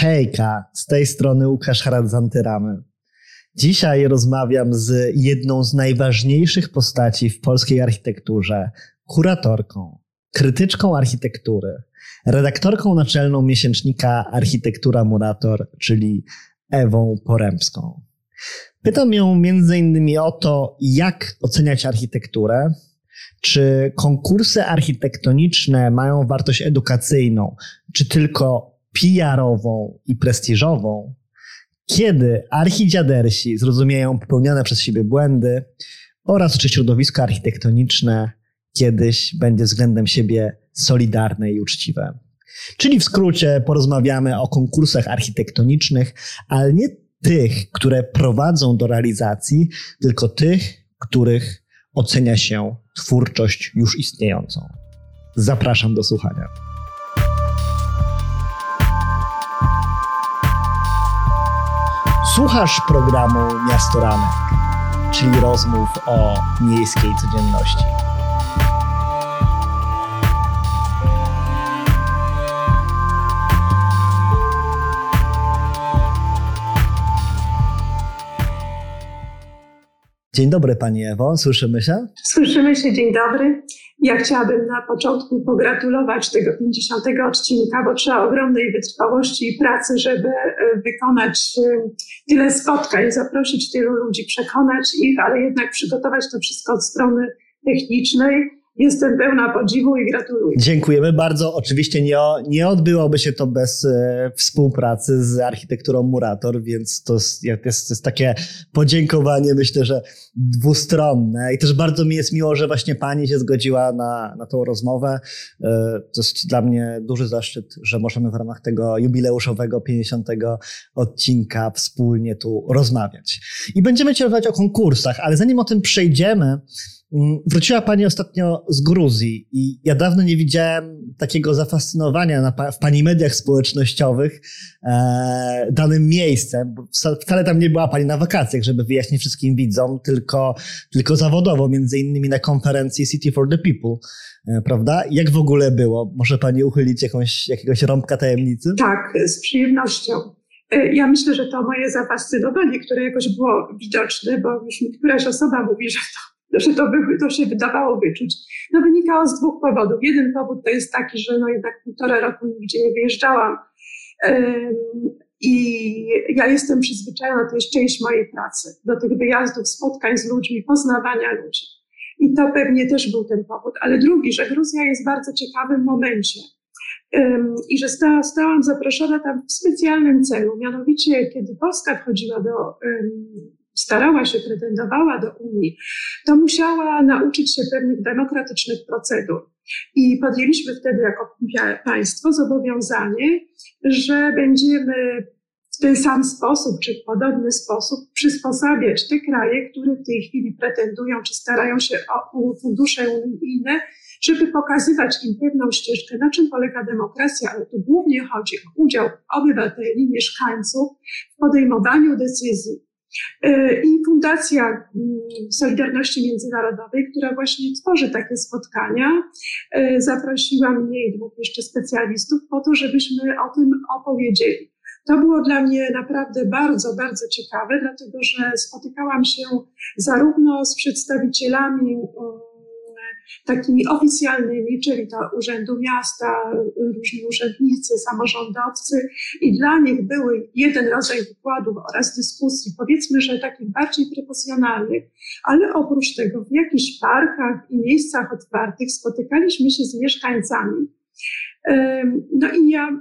Hejka, z tej strony Łukasz Harat z Antyramy. Dzisiaj rozmawiam z jedną z najważniejszych postaci w polskiej architekturze, kuratorką, krytyczką architektury, redaktorką naczelną miesięcznika Architektura Murator, czyli Ewą Porębską. Pytam ją m.in. o to, jak oceniać architekturę, czy konkursy architektoniczne mają wartość edukacyjną, czy tylko PR-ową i prestiżową, kiedy archidziadersi zrozumieją popełniane przez siebie błędy oraz czy środowisko architektoniczne kiedyś będzie względem siebie solidarne i uczciwe. Czyli w skrócie porozmawiamy o konkursach architektonicznych, ale nie tych, które prowadzą do realizacji, tylko tych, których ocenia się twórczość już istniejącą. Zapraszam do słuchania. Słuchasz programu Miasto Ranek, czyli rozmów o miejskiej codzienności. Dzień dobry Pani Ewo, słyszymy się? Słyszymy się, dzień dobry. Ja chciałabym na początku pogratulować tego 50. odcinka, bo trzeba ogromnej wytrwałości i pracy, żeby wykonać tyle spotkań, zaprosić tylu ludzi, przekonać ich, ale jednak przygotować to wszystko od strony technicznej. Jestem pełna podziwu i gratuluję. Dziękujemy bardzo. Oczywiście nie odbyłoby się to bez współpracy z Architekturą Murator, więc to jest takie podziękowanie, myślę, że dwustronne. I też bardzo mi jest miło, że właśnie Pani się zgodziła na tą rozmowę. To jest dla mnie duży zaszczyt, że możemy w ramach tego jubileuszowego 50. odcinka wspólnie tu rozmawiać. I będziemy dzisiaj rozmawiać o konkursach, ale zanim o tym przejdziemy, wróciła Pani ostatnio z Gruzji i ja dawno nie widziałem takiego zafascynowania w Pani mediach społecznościowych danym miejscem, bo wcale tam nie była Pani na wakacjach, żeby wyjaśnić wszystkim widzom, tylko zawodowo, między innymi na konferencji City for the People, prawda? Jak w ogóle było? Może Pani uchylić jakiegoś rąbka tajemnicy? Tak, z przyjemnością. Ja myślę, że to moje zafascynowanie, które jakoś było widoczne, bo już któraś osoba mówi, że to się wydawało wyczuć. No wynikało z dwóch powodów. Jeden powód to jest taki, że jednak 1,5 roku nigdzie nie wyjeżdżałam i ja jestem przyzwyczajona, to jest część mojej pracy, do tych wyjazdów, spotkań z ludźmi, poznawania ludzi. I to pewnie też był ten powód. Ale drugi, że Gruzja jest w bardzo ciekawym momencie i że zostałam zaproszona tam w specjalnym celu. Mianowicie, kiedy Polska wchodziła starała się, pretendowała do Unii, to musiała nauczyć się pewnych demokratycznych procedur. I podjęliśmy wtedy jako państwo zobowiązanie, że będziemy w ten sam sposób, czy w podobny sposób przysposabiać te kraje, które w tej chwili pretendują, czy starają się o fundusze unijne, żeby pokazywać im pewną ścieżkę, na czym polega demokracja, ale tu głównie chodzi o udział obywateli, mieszkańców w podejmowaniu decyzji. I Fundacja Solidarności Międzynarodowej, która właśnie tworzy takie spotkania, zaprosiła mnie i 2 jeszcze specjalistów po to, żebyśmy o tym opowiedzieli. To było dla mnie naprawdę bardzo, bardzo ciekawe, dlatego że spotykałam się zarówno z przedstawicielami takimi oficjalnymi, czyli to Urzędu Miasta, różni urzędnicy, samorządowcy i dla nich były jeden rodzaj wykładów oraz dyskusji, powiedzmy, że takich bardziej profesjonalnych, ale oprócz tego w jakichś parkach i miejscach otwartych spotykaliśmy się z mieszkańcami. No i ja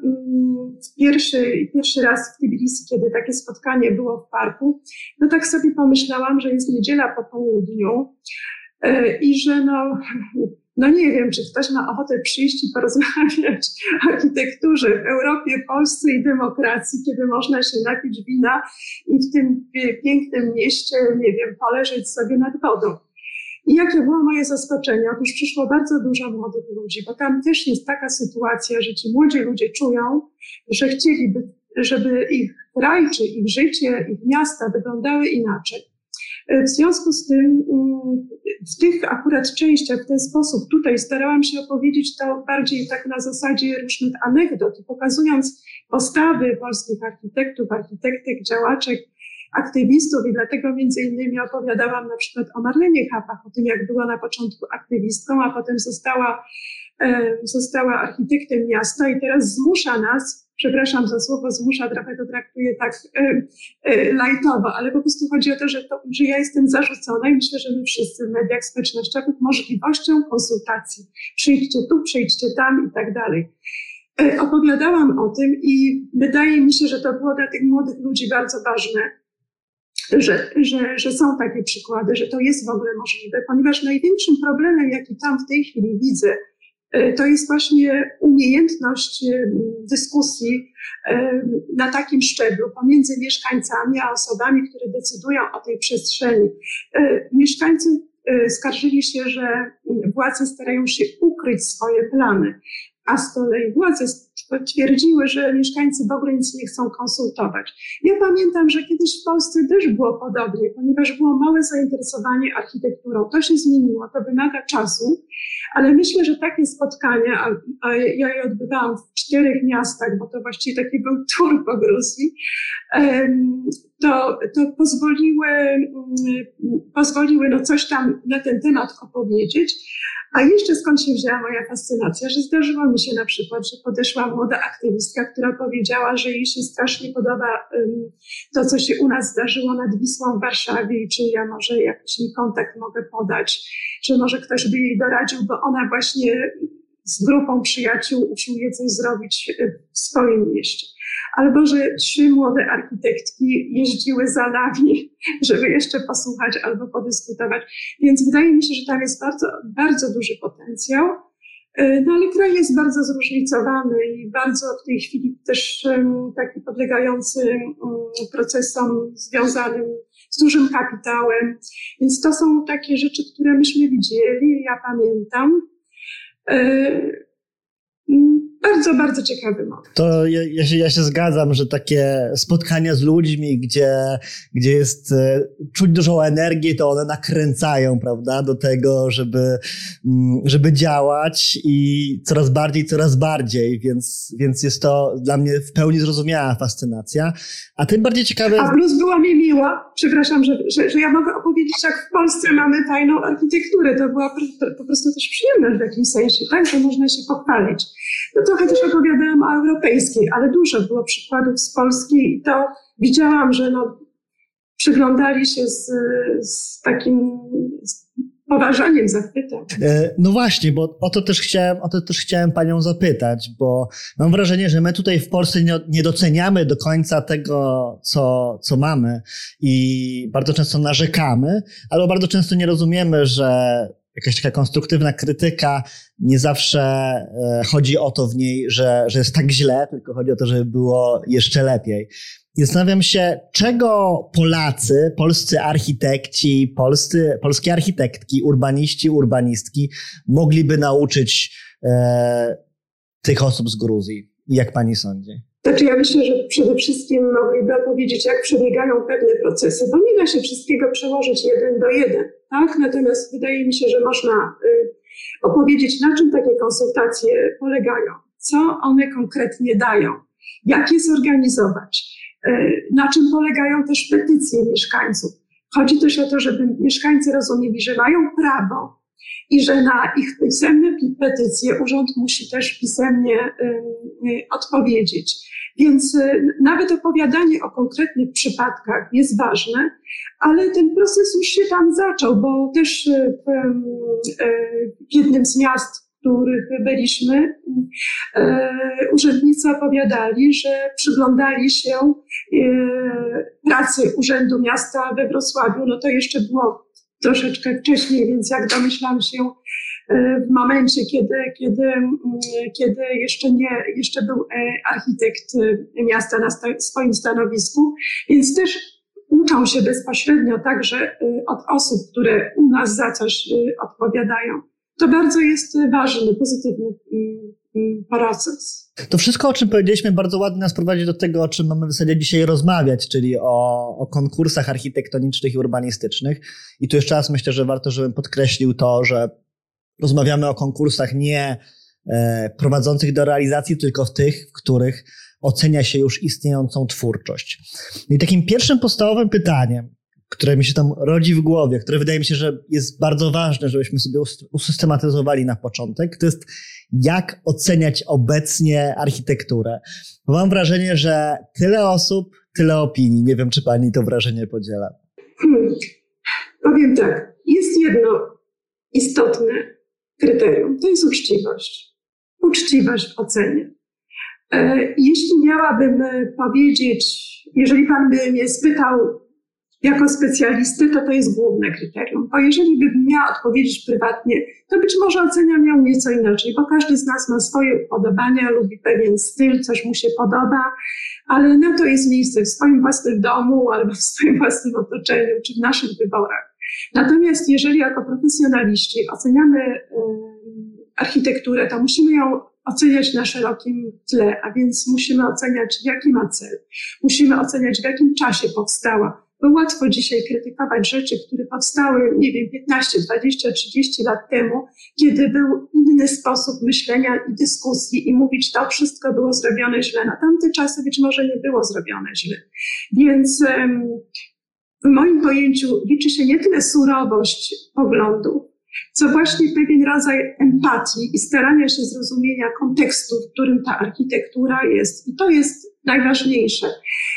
pierwszy raz w Tbilisi, kiedy takie spotkanie było w parku, no tak sobie pomyślałam, że jest niedziela po południu, i że no nie wiem, czy ktoś ma ochotę przyjść i porozmawiać o architekturze w Europie, Polsce i demokracji, kiedy można się napić wina i w tym pięknym mieście, nie wiem, poleżeć sobie nad wodą. I jakie było moje zaskoczenie? Otóż przyszło bardzo dużo młodych ludzi, bo tam też jest taka sytuacja, że ci młodzi ludzie czują, że chcieliby, żeby ich kraj, czy ich życie, ich miasta wyglądały inaczej. W związku z tym w tych akurat częściach w ten sposób tutaj starałam się opowiedzieć to bardziej tak na zasadzie różnych anegdot, pokazując postawy polskich architektów, architektek, działaczek, aktywistów i dlatego między innymi opowiadałam na przykład o Marlenie Chapach, o tym jak była na początku aktywistką, a potem została architektem miasta i teraz zmusza nas, przepraszam za słowo zmusza, trochę to traktuję tak lajtowo, ale po prostu chodzi o to, że ja jestem zarzucona i myślę, że my wszyscy w mediach społecznościowych możliwością konsultacji. Przyjdźcie tu, przyjdźcie tam i tak dalej. Opowiadałam o tym i wydaje mi się, że to było dla tych młodych ludzi bardzo ważne, że są takie przykłady, że to jest w ogóle możliwe, ponieważ największym problemem, jaki tam w tej chwili widzę, to jest właśnie umiejętność dyskusji na takim szczeblu pomiędzy mieszkańcami a osobami, które decydują o tej przestrzeni. Mieszkańcy skarżyli się, że władze starają się ukryć swoje plany, a z kolei władze twierdziły, że mieszkańcy w ogóle nic nie chcą konsultować. Ja pamiętam, że kiedyś w Polsce też było podobnie, ponieważ było małe zainteresowanie architekturą. To się zmieniło, to wymaga czasu, ale myślę, że takie spotkania, a ja je odbywałam w 4 miastach, bo to właściwie taki był tour po Gruzji, to pozwoliły no coś tam na ten temat opowiedzieć. A jeszcze skąd się wzięła moja fascynacja, że zdarzyło mi się na przykład, że podeszła młoda aktywistka, która powiedziała, że jej się strasznie podoba to, co się u nas zdarzyło nad Wisłą w Warszawie i czy ja może jakiś mi kontakt mogę podać, czy może ktoś by jej doradził, bo ona właśnie z grupą przyjaciół usiłuje coś zrobić w swoim mieście. Albo że 3 młode architektki jeździły za nami, żeby jeszcze posłuchać albo podyskutować. Więc wydaje mi się, że tam jest bardzo, bardzo duży potencjał. No ale kraj jest bardzo zróżnicowany i bardzo w tej chwili też taki podlegający procesom związanym z dużym kapitałem. Więc to są takie rzeczy, które myśmy widzieli, ja pamiętam. Bardzo, bardzo ciekawy moment. To ja się zgadzam, że takie spotkania z ludźmi, gdzie jest czuć dużą energię, to one nakręcają, prawda, do tego, żeby działać i coraz bardziej, więc jest to dla mnie w pełni zrozumiała fascynacja. A tym bardziej ciekawe... A plus była mi miła, przepraszam, że ja mogę opowiedzieć, jak w Polsce mamy fajną architekturę. To była po prostu też przyjemność w jakimś sensie, tak, że można się pochwalić. No trochę też opowiadałam o europejskiej, ale dużo było przykładów z Polski i to widziałam, że przyglądali się z takim poważaniem, zachwytem. No właśnie, bo o to też chciałem panią zapytać, bo mam wrażenie, że my tutaj w Polsce nie doceniamy do końca tego, co mamy i bardzo często narzekamy, ale bardzo często nie rozumiemy, że jakaś taka konstruktywna krytyka, nie zawsze chodzi o to w niej, że jest tak źle, tylko chodzi o to, żeby było jeszcze lepiej. I zastanawiam się, czego Polacy, polscy architekci, polskie architektki, urbaniści, urbanistki mogliby nauczyć tych osób z Gruzji. Jak pani sądzi? Znaczy ja myślę, że przede wszystkim mogliby opowiedzieć, jak przebiegają pewne procesy, bo nie da się wszystkiego przełożyć 1 do 1, tak? Natomiast wydaje mi się, że można opowiedzieć, na czym takie konsultacje polegają, co one konkretnie dają, jak je zorganizować, na czym polegają też petycje mieszkańców. Chodzi też o to, żeby mieszkańcy rozumieli, że mają prawo i że na ich pisemne petycje urząd musi też pisemnie odpowiedzieć. Więc nawet opowiadanie o konkretnych przypadkach jest ważne, ale ten proces już się tam zaczął, bo też w jednym z miast, w których byliśmy, urzędnicy opowiadali, że przyglądali się pracy Urzędu Miasta we Wrocławiu. No to jeszcze było troszeczkę wcześniej, więc jak domyślam się, w momencie, kiedy jeszcze był architekt miasta na swoim stanowisku, więc też uczą się bezpośrednio także od osób, które u nas za coś odpowiadają. To bardzo jest ważny, pozytywny proces. To wszystko, o czym powiedzieliśmy, bardzo ładnie nas prowadzi do tego, o czym mamy w zasadzie dzisiaj rozmawiać, czyli o konkursach architektonicznych i urbanistycznych. I tu jeszcze raz myślę, że warto, żebym podkreślił to, że rozmawiamy o konkursach nie prowadzących do realizacji, tylko w tych, w których ocenia się już istniejącą twórczość. I takim pierwszym podstawowym pytaniem, które mi się tam rodzi w głowie, które wydaje mi się, że jest bardzo ważne, żebyśmy sobie usystematyzowali na początek, to jest jak oceniać obecnie architekturę. Bo mam wrażenie, że tyle osób, tyle opinii. Nie wiem, czy pani to wrażenie podziela. Powiem tak, jest jedno istotne kryterium, to jest uczciwość. Uczciwość w ocenie. Jeśli miałabym powiedzieć, jeżeli pan by mnie spytał jako specjalisty, to jest główne kryterium. Bo jeżeli bym miała odpowiedzieć prywatnie, to być może oceniam ją nieco inaczej, bo każdy z nas ma swoje upodobania, lubi pewien styl, coś mu się podoba, ale na to jest miejsce w swoim własnym domu albo w swoim własnym otoczeniu, czy w naszych wyborach. Natomiast jeżeli jako profesjonaliści oceniamy architekturę, to musimy ją oceniać na szerokim tle, a więc musimy oceniać, jaki ma cel. Musimy oceniać, w jakim czasie powstała. Bo łatwo dzisiaj krytykować rzeczy, które powstały, nie wiem, 15, 20, 30 lat temu, kiedy był inny sposób myślenia i dyskusji i mówić, to wszystko było zrobione źle. Na tamte czasy być może nie było zrobione źle. Więc w moim pojęciu liczy się nie tyle surowość poglądów, co właśnie pewien rodzaj empatii i starania się zrozumienia kontekstu, w którym ta architektura jest. I to jest najważniejsze.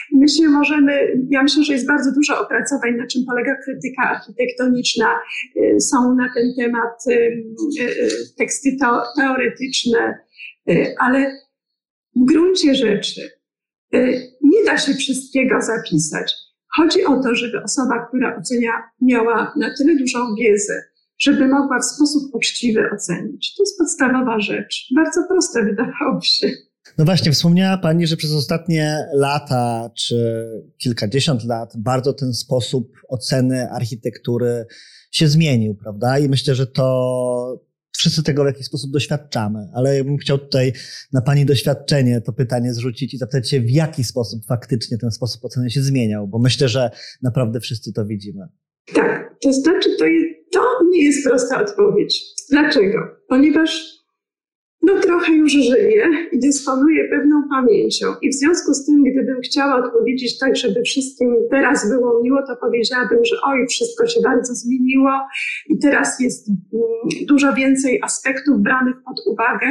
Ja myślę, że jest bardzo dużo opracowań, na czym polega krytyka architektoniczna. Są na ten temat teksty teoretyczne, ale w gruncie rzeczy nie da się wszystkiego zapisać. Chodzi o to, żeby osoba, która ocenia, miała na tyle dużą wiedzę, żeby mogła w sposób uczciwy ocenić. To jest podstawowa rzecz. Bardzo proste wydawałoby się. No właśnie, wspomniała pani, że przez ostatnie lata, czy kilkadziesiąt lat bardzo ten sposób oceny architektury się zmienił, prawda? I myślę, że to wszyscy tego w jakiś sposób doświadczamy. Ale ja bym chciał tutaj na pani doświadczenie to pytanie zrzucić i zapytać się, w jaki sposób faktycznie ten sposób oceny się zmieniał, bo myślę, że naprawdę wszyscy to widzimy. Tak, to znaczy to nie jest prosta odpowiedź. Dlaczego? Ponieważ trochę już żyję i dysponuję pewną pamięcią i w związku z tym, gdybym chciała odpowiedzieć tak, żeby wszystkim teraz było miło, to powiedziałabym, że wszystko się bardzo zmieniło i teraz jest dużo więcej aspektów branych pod uwagę.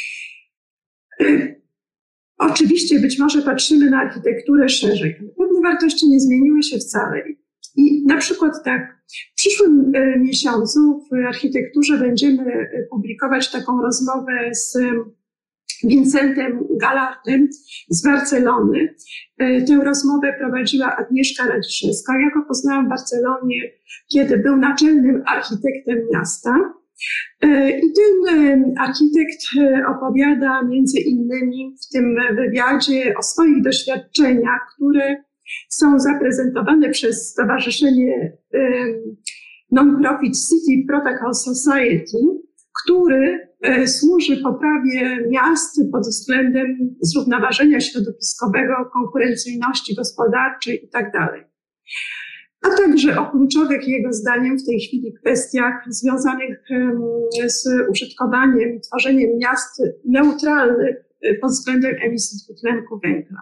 Oczywiście być może patrzymy na architekturę szerzej, ale pewne wartości nie zmieniły się wcale. I na przykład tak, w przyszłym miesiącu w architekturze będziemy publikować taką rozmowę z Vincentem Gallardem z Barcelony. Tę rozmowę prowadziła Agnieszka Radziszewska. Ja go poznałam w Barcelonie, kiedy był naczelnym architektem miasta. I ten architekt opowiada między innymi w tym wywiadzie o swoich doświadczeniach, które są zaprezentowane przez Stowarzyszenie Non-Profit City Protocol Society, który służy poprawie miast pod względem zrównoważenia środowiskowego, konkurencyjności gospodarczej itd. A także o kluczowych jego zdaniem w tej chwili kwestiach związanych z użytkowaniem i tworzeniem miast neutralnych pod względem emisji dwutlenku węgla.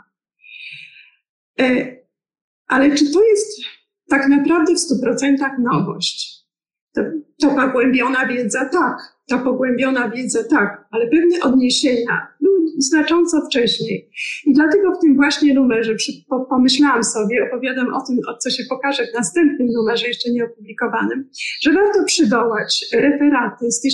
Ale czy to jest tak naprawdę w 100% nowość? To pogłębiona wiedza tak, ale pewne odniesienia były znacząco wcześniej. I dlatego w tym właśnie numerze pomyślałam sobie, opowiadam o tym, co się pokaże w następnym numerze, jeszcze nieopublikowanym, że warto przywołać referaty z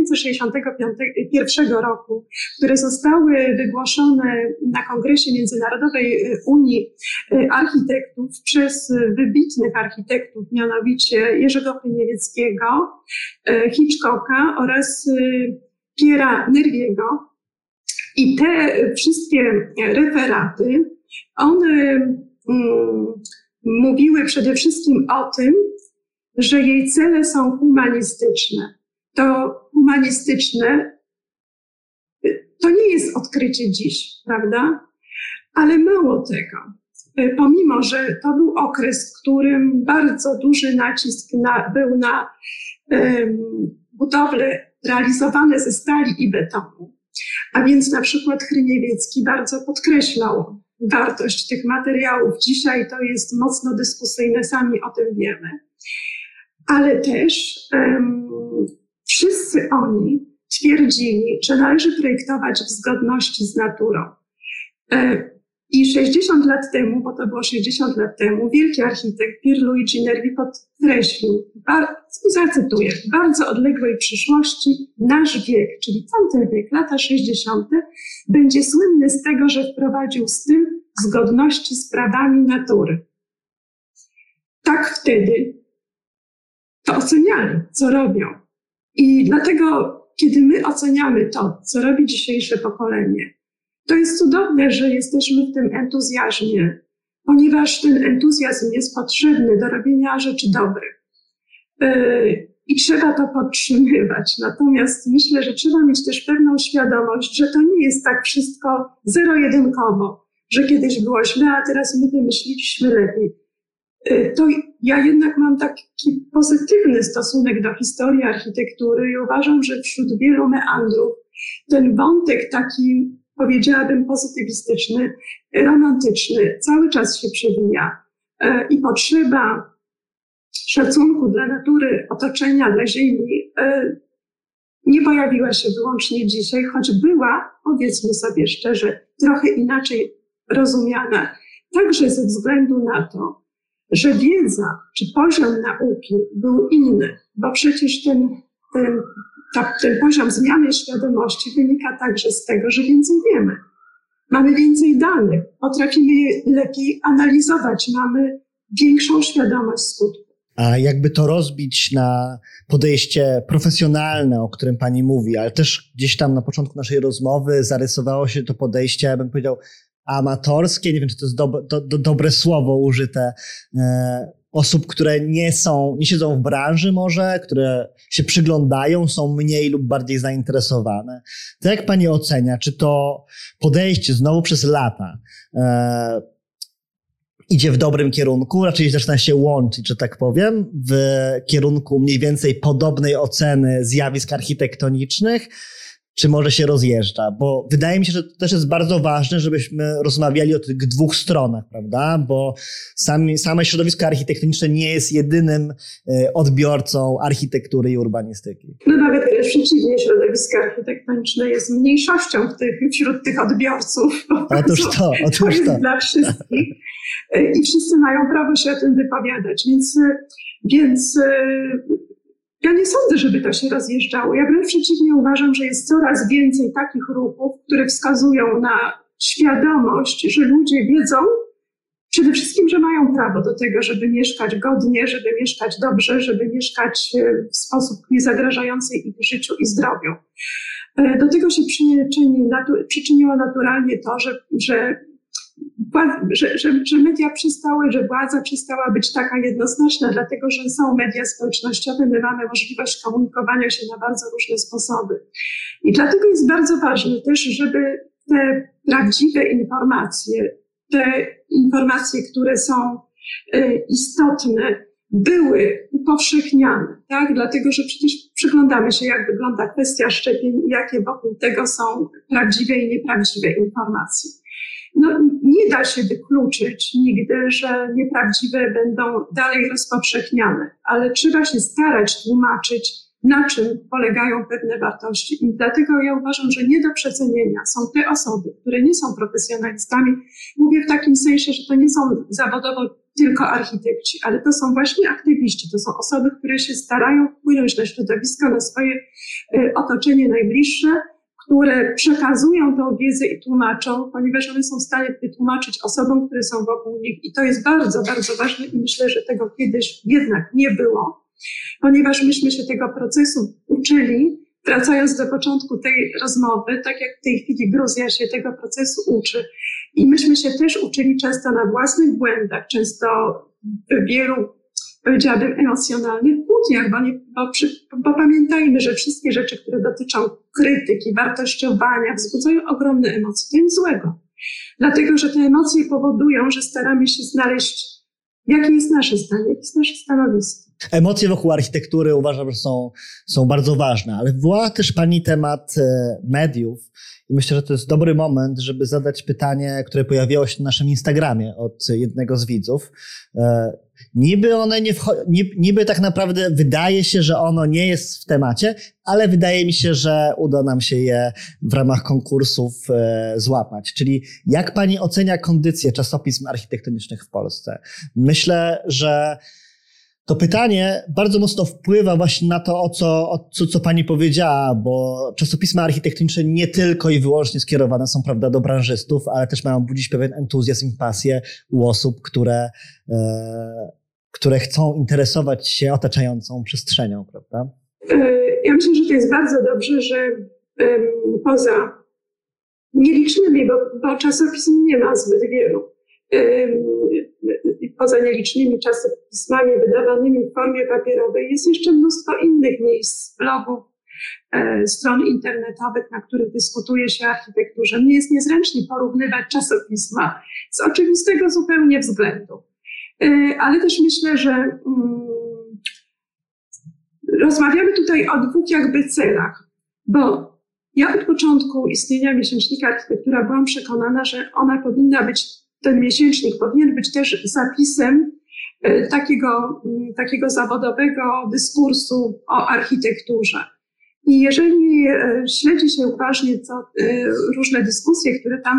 1961 roku, które zostały wygłoszone na Kongresie Międzynarodowej Unii Architektów przez wybitnych architektów, mianowicie Jerzego Chryniewieckiego, Hitchcocka oraz Pierre'a Nerviego. I te wszystkie referaty, one mówiły przede wszystkim o tym, że jej cele są humanistyczne. To humanistyczne To nie jest odkrycie dziś, prawda? Ale mało tego. Pomimo, że to był okres, w którym bardzo duży nacisk był na budowle realizowane ze stali i betonu, a więc na przykład Hryniewiecki bardzo podkreślał wartość tych materiałów. Dzisiaj to jest mocno dyskusyjne, sami o tym wiemy. Ale też wszyscy oni twierdzili, że należy projektować w zgodności z naturą. I 60 lat temu, bo to było 60 lat temu, wielki architekt Pierluigi Nervi podkreślił, zacytuję, w bardzo odległej przyszłości nasz wiek, czyli tamten wiek, lata 60., będzie słynny z tego, że wprowadził styl zgodności z prawami natury. Tak wtedy to oceniali, co robią. I dlatego, kiedy my oceniamy to, co robi dzisiejsze pokolenie, to jest cudowne, że jesteśmy w tym entuzjazmie, ponieważ ten entuzjazm jest potrzebny do robienia rzeczy dobrych. I trzeba to podtrzymywać. Natomiast myślę, że trzeba mieć też pewną świadomość, że to nie jest tak wszystko zero-jedynkowo, że kiedyś było źle, a teraz my wymyśliliśmy lepiej. To ja jednak mam taki pozytywny stosunek do historii architektury i uważam, że wśród wielu meandrów ten wątek taki, powiedziałabym, pozytywistyczny, romantyczny, cały czas się przewija i potrzeba szacunku dla natury, otoczenia, dla ziemi nie pojawiła się wyłącznie dzisiaj, choć była, powiedzmy sobie szczerze, trochę inaczej rozumiana, także ze względu na to, że wiedza czy poziom nauki był inny, bo przecież ten poziom zmiany świadomości wynika także z tego, że więcej wiemy. Mamy więcej danych, potrafimy je lepiej analizować, mamy większą świadomość skutków. A jakby to rozbić na podejście profesjonalne, o którym pani mówi, ale też gdzieś tam na początku naszej rozmowy zarysowało się to podejście, ja bym powiedział, amatorskie, nie wiem, czy to jest dobre słowo użyte, osób, które nie siedzą w branży może, które się przyglądają, są mniej lub bardziej zainteresowane. To jak pani ocenia, czy to podejście znowu przez lata idzie w dobrym kierunku, raczej zaczyna się łączyć, że tak powiem, w kierunku mniej więcej podobnej oceny zjawisk architektonicznych, czy może się rozjeżdża? Bo wydaje mi się, że to też jest bardzo ważne, żebyśmy rozmawiali o tych dwóch stronach, prawda? Bo same środowisko architektoniczne nie jest jedynym odbiorcą architektury i urbanistyki. No nawet przeciwnie, środowisko architektoniczne jest mniejszością wśród tych odbiorców. Otóż to. Jest dla wszystkich i wszyscy mają prawo się o tym wypowiadać, więc ja nie sądzę, żeby to się rozjeżdżało. Ja wręcz przeciwnie uważam, że jest coraz więcej takich ruchów, które wskazują na świadomość, że ludzie wiedzą przede wszystkim, że mają prawo do tego, żeby mieszkać godnie, żeby mieszkać dobrze, żeby mieszkać w sposób niezagrażający ich życiu i zdrowiu. Do tego się przyczyniło naturalnie to, że media przestały, że władza przestała być taka jednoznaczna, dlatego że są media społecznościowe, my mamy możliwość komunikowania się na bardzo różne sposoby. I dlatego jest bardzo ważne też, żeby te prawdziwe informacje, te informacje, które są istotne, były upowszechniane, tak? Dlatego, że przecież przyglądamy się, jak wygląda kwestia szczepień i jakie wokół tego są prawdziwe i nieprawdziwe informacje. No, nie da się wykluczyć nigdy, że nieprawdziwe będą dalej rozpowszechniane, ale trzeba się starać tłumaczyć, na czym polegają pewne wartości. I dlatego ja uważam, że nie do przecenienia są te osoby, które nie są profesjonalistami. Mówię w takim sensie, że to nie są zawodowo tylko architekci, ale to są właśnie aktywiści, to są osoby, które się starają wpłynąć na środowisko, na swoje otoczenie najbliższe, które przekazują tą wiedzę i tłumaczą, ponieważ one są w stanie wytłumaczyć osobom, które są wokół nich. I to jest bardzo, bardzo ważne i myślę, że tego kiedyś jednak nie było, ponieważ myśmy się tego procesu uczyli, wracając do początku tej rozmowy, tak jak w tej chwili Gruzja się tego procesu uczy. I myśmy się też uczyli często na własnych błędach, często w wielu powiedziałabym, emocjonalnych kłótniach, bo pamiętajmy, że wszystkie rzeczy, które dotyczą krytyki, wartościowania, wzbudzają ogromne emocje. To nic złego. Dlatego, że te emocje powodują, że staramy się znaleźć, jakie jest nasze zdanie, jakie jest nasze stanowisko. Emocje wokół architektury uważam, że są bardzo ważne, ale wywołała też Pani temat mediów i myślę, że to jest dobry moment, żeby zadać pytanie, które pojawiło się na naszym Instagramie od jednego z widzów. Niby tak naprawdę wydaje się, że ono nie jest w temacie, ale wydaje mi się, że uda nam się je w ramach konkursów złapać. Czyli jak Pani ocenia kondycję czasopism architektonicznych w Polsce? Myślę, że to pytanie bardzo mocno wpływa właśnie na to, co Pani powiedziała, bo czasopisma architektoniczne nie tylko i wyłącznie skierowane są, prawda, do branżystów, ale też mają budzić pewien entuzjazm i pasję u osób, które chcą interesować się otaczającą przestrzenią, prawda? Ja myślę, że to jest bardzo dobrze, że poza nielicznymi, bo czasopism nie ma zbyt wielu, poza nielicznymi czasopismami wydawanymi w formie papierowej jest jeszcze mnóstwo innych miejsc, blogów, stron internetowych, na których dyskutuje się o architekturze. Mnie jest niezręcznie porównywać czasopisma z oczywistego zupełnie względu. Ale też myślę, że rozmawiamy tutaj o dwóch jakby celach, bo ja od początku istnienia miesięcznika Architektura byłam przekonana, że ten miesięcznik powinien być też zapisem takiego zawodowego dyskursu o architekturze. I jeżeli śledzi się uważnie różne dyskusje,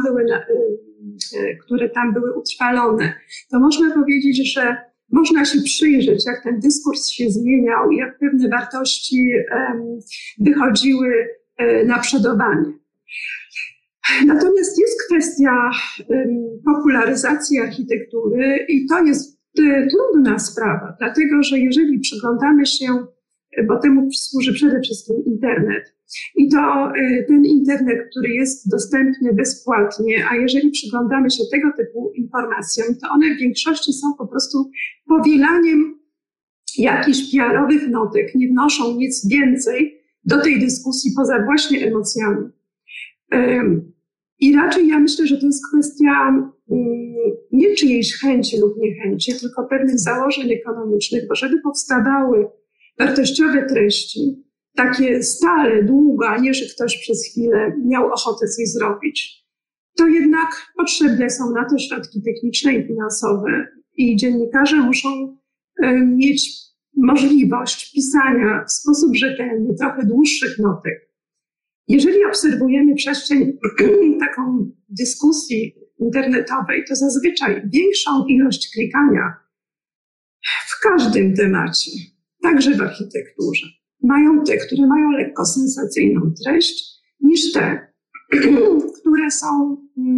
które tam były utrwalone, to można powiedzieć, że można się przyjrzeć, jak ten dyskurs się zmieniał i jak pewne wartości wychodziły na przodowanie. Natomiast jest kwestia popularyzacji architektury i to jest trudna sprawa, dlatego że jeżeli przyglądamy się, bo temu służy przede wszystkim internet, i to ten internet, który jest dostępny bezpłatnie, a jeżeli przyglądamy się tego typu informacjom, to one w większości są po prostu powielaniem jakichś PR-owych notek, nie wnoszą nic więcej do tej dyskusji poza właśnie emocjami. I raczej ja myślę, że to jest kwestia nie czyjejś chęci lub niechęci, tylko pewnych założeń ekonomicznych, bo żeby powstawały wartościowe treści, takie stale, długo, a nie, że ktoś przez chwilę miał ochotę coś zrobić, to jednak potrzebne są na to środki techniczne i finansowe i dziennikarze muszą mieć możliwość pisania w sposób rzetelny trochę dłuższych notek. Jeżeli obserwujemy przestrzeń taką dyskusji internetowej, to zazwyczaj większą ilość klikania w każdym temacie, także w architekturze, mają te, które mają lekko sensacyjną treść, niż te, które są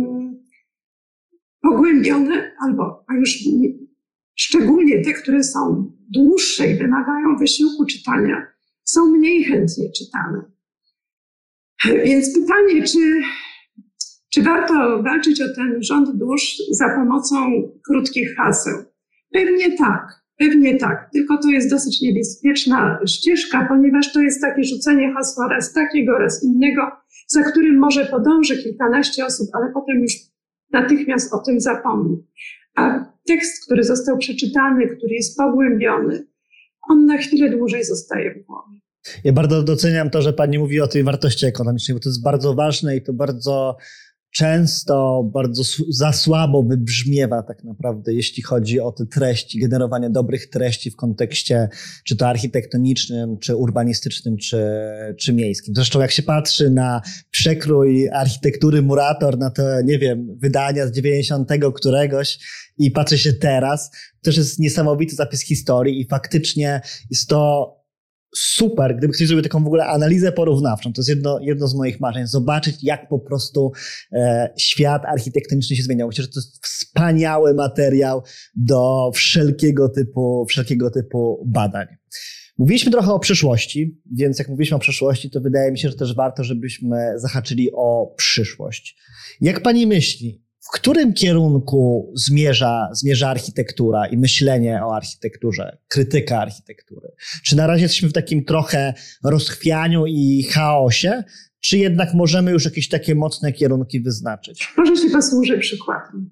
pogłębione, a już szczególnie te, które są dłuższe i wymagają wysiłku czytania, są mniej chętnie czytane. Więc pytanie, czy warto walczyć o ten rząd dusz za pomocą krótkich haseł? Pewnie tak, tylko to jest dosyć niebezpieczna ścieżka, ponieważ to jest takie rzucenie hasła raz takiego, raz innego, za którym może podąży kilkanaście osób, ale potem już natychmiast o tym zapomni. A tekst, który został przeczytany, który jest pogłębiony, on na chwilę dłużej zostaje w głowie. Ja bardzo doceniam to, że Pani mówi o tej wartości ekonomicznej, bo to jest bardzo ważne i to bardzo często, bardzo za słabo wybrzmiewa tak naprawdę, jeśli chodzi o te treści, generowanie dobrych treści w kontekście czy to architektonicznym, czy urbanistycznym, czy miejskim. Zresztą jak się patrzy na przekrój architektury Murator, na te, nie wiem, wydania z 90 któregoś i patrzy się teraz, to też jest niesamowity zapis historii i faktycznie jest to super, gdyby ktoś zrobił taką w ogóle analizę porównawczą, to jest jedno z moich marzeń, zobaczyć jak po prostu świat architektoniczny się zmieniał. Myślę, że to jest wspaniały materiał do wszelkiego typu badań. Mówiliśmy trochę o przyszłości, więc jak mówiliśmy o przyszłości, to wydaje mi się, że też warto, żebyśmy zahaczyli o przyszłość. Jak Pani myśli, w którym kierunku zmierza architektura i myślenie o architekturze, krytyka architektury? Czy na razie jesteśmy w takim trochę rozchwianiu i chaosie, czy jednak możemy już jakieś takie mocne kierunki wyznaczyć? Może się posłużę przykładem.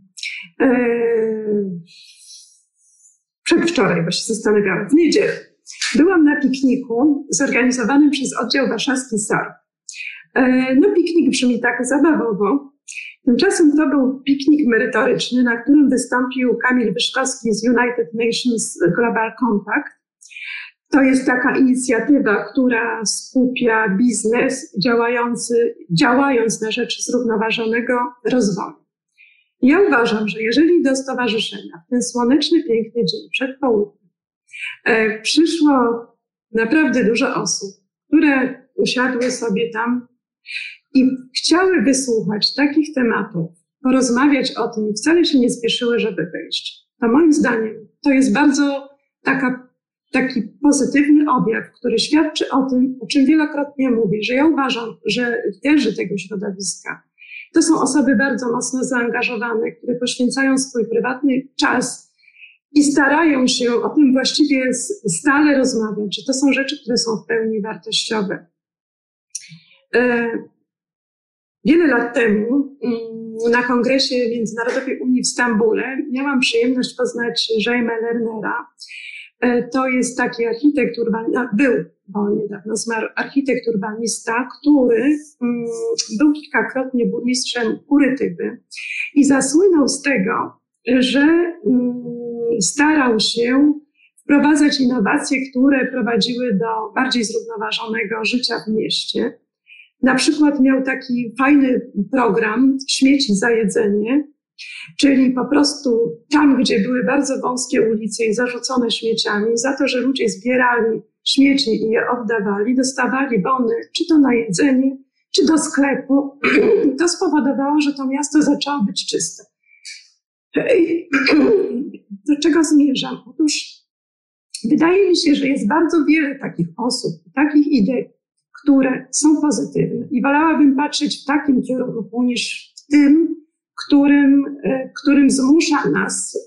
Przedwczoraj, bo się zastanawiałam, w niedzielę byłam na pikniku zorganizowanym przez oddział warszawski SAR. Piknik brzmi tak zabawowo. Tymczasem to był piknik merytoryczny, na którym wystąpił Kamil Wyszkowski z United Nations Global Compact. To jest taka inicjatywa, która skupia biznes działając na rzecz zrównoważonego rozwoju. Ja uważam, że jeżeli do stowarzyszenia w ten słoneczny, piękny dzień przed południem przyszło naprawdę dużo osób, które usiadły sobie tam i chciały wysłuchać takich tematów, porozmawiać o tym i wcale się nie spieszyły, żeby wyjść, to moim zdaniem to jest bardzo taki pozytywny objaw, który świadczy o tym, o czym wielokrotnie mówię, że ja uważam, że liderzy tego środowiska to są osoby bardzo mocno zaangażowane, które poświęcają swój prywatny czas i starają się o tym właściwie stale rozmawiać, że to są rzeczy, które są w pełni wartościowe. Wiele lat temu na kongresie Międzynarodowej Unii w Stambule miałam przyjemność poznać Jaima Lernera. To jest taki architekt bo niedawno zmarł, architekt urbanista, który był kilkakrotnie burmistrzem Kurytyby i zasłynął z tego, że starał się wprowadzać innowacje, które prowadziły do bardziej zrównoważonego życia w mieście. Na przykład miał taki fajny program śmieci za jedzenie, czyli po prostu tam, gdzie były bardzo wąskie ulice i zarzucone śmieciami, za to, że ludzie zbierali śmieci i je oddawali, dostawali bony, czy to na jedzenie, czy do sklepu. To spowodowało, że to miasto zaczęło być czyste. Do czego zmierzam? Otóż wydaje mi się, że jest bardzo wiele takich osób, takich idei, które są pozytywne i wolałabym patrzeć w takim kierunku niż w tym, którym zmusza nas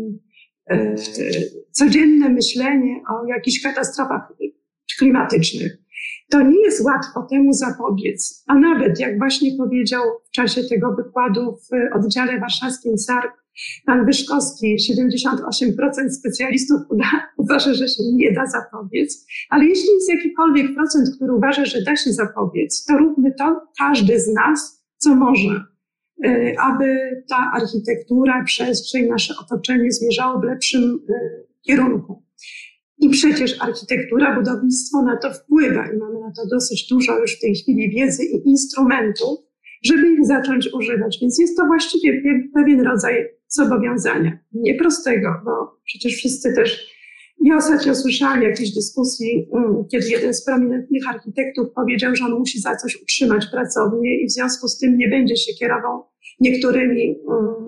codzienne myślenie o jakichś katastrofach klimatycznych. To nie jest łatwo temu zapobiec, a nawet jak właśnie powiedział w czasie tego wykładu w oddziale warszawskim SAR pan Wyszkowski, 78% specjalistów uważa, że się nie da zapobiec, ale jeśli jest jakikolwiek procent, który uważa, że da się zapobiec, to róbmy to każdy z nas, co może, aby ta architektura, przestrzeń, nasze otoczenie zmierzało w lepszym kierunku. I przecież architektura, budownictwo na to wpływa i mamy na to dosyć dużo już w tej chwili wiedzy i instrumentów, żeby ich zacząć używać. Więc jest to właściwie pewien rodzaj zobowiązania. Nieprostego, bo przecież wszyscy też... Ja ostatnio słyszałam jakiejś dyskusji, kiedy jeden z prominentnych architektów powiedział, że on musi za coś utrzymać pracownię i w związku z tym nie będzie się kierował niektórymi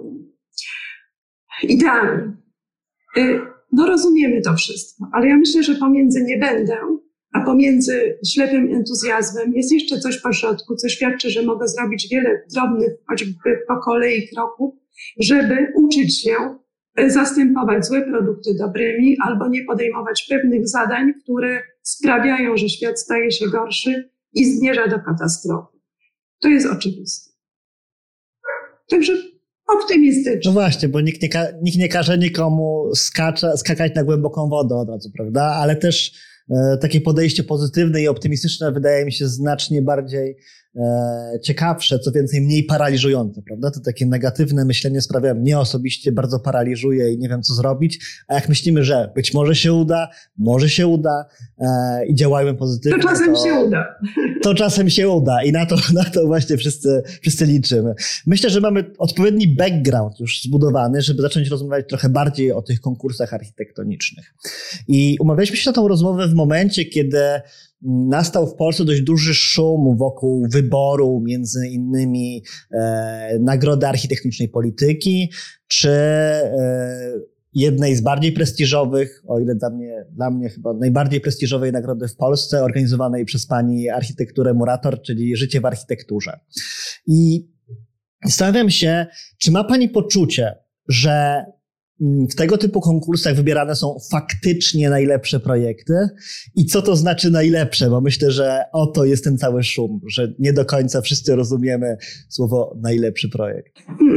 ideami. No rozumiemy to wszystko, ale ja myślę, że pomiędzy nie będę, a pomiędzy ślepym entuzjazmem jest jeszcze coś pośrodku, co świadczy, że mogę zrobić wiele drobnych, choćby po kolei kroków, żeby uczyć się zastępować złe produkty dobrymi albo nie podejmować pewnych zadań, które sprawiają, że świat staje się gorszy i zmierza do katastrofy. To jest oczywiste. Także optymistycznie. No właśnie, bo nikt nie każe nikomu skakać na głęboką wodę od razu, prawda? Ale też takie podejście pozytywne i optymistyczne wydaje mi się znacznie bardziej ciekawsze, co więcej mniej paraliżujące, prawda? To takie negatywne myślenie sprawia, mnie osobiście bardzo paraliżuje i nie wiem co zrobić, a jak myślimy, że być może się uda, może się uda i działajmy pozytywnie, to czasem się uda. To czasem się uda i na to właśnie wszyscy liczymy. Myślę, że mamy odpowiedni background już zbudowany, żeby zacząć rozmawiać trochę bardziej o tych konkursach architektonicznych. I umawialiśmy się na tą rozmowę w momencie, kiedy nastał w Polsce dość duży szum wokół wyboru między innymi Nagrody Architektonicznej Polityki, czy jednej z bardziej prestiżowych, o ile dla mnie chyba najbardziej prestiżowej nagrody w Polsce, organizowanej przez pani architekturę Murator, czyli Życie w architekturze. I Zastanawiam się, czy ma pani poczucie, że w tego typu konkursach wybierane są faktycznie najlepsze projekty i co to znaczy najlepsze, bo myślę, że oto jest ten cały szum, że nie do końca wszyscy rozumiemy słowo najlepszy projekt.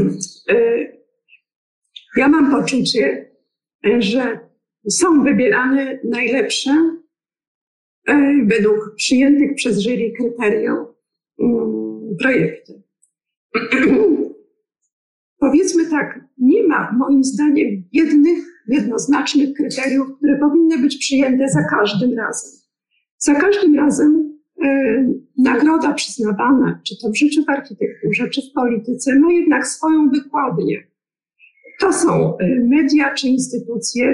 Ja mam poczucie, że są wybierane najlepsze według przyjętych przez jury kryteriów projekty. Powiedzmy tak, nie ma moim zdaniem jednoznacznych kryteriów, które powinny być przyjęte za każdym razem. Za każdym razem nagroda przyznawana, czy to w życiu w architekturze, czy w polityce, ma jednak swoją wykładnię. To są media czy instytucje,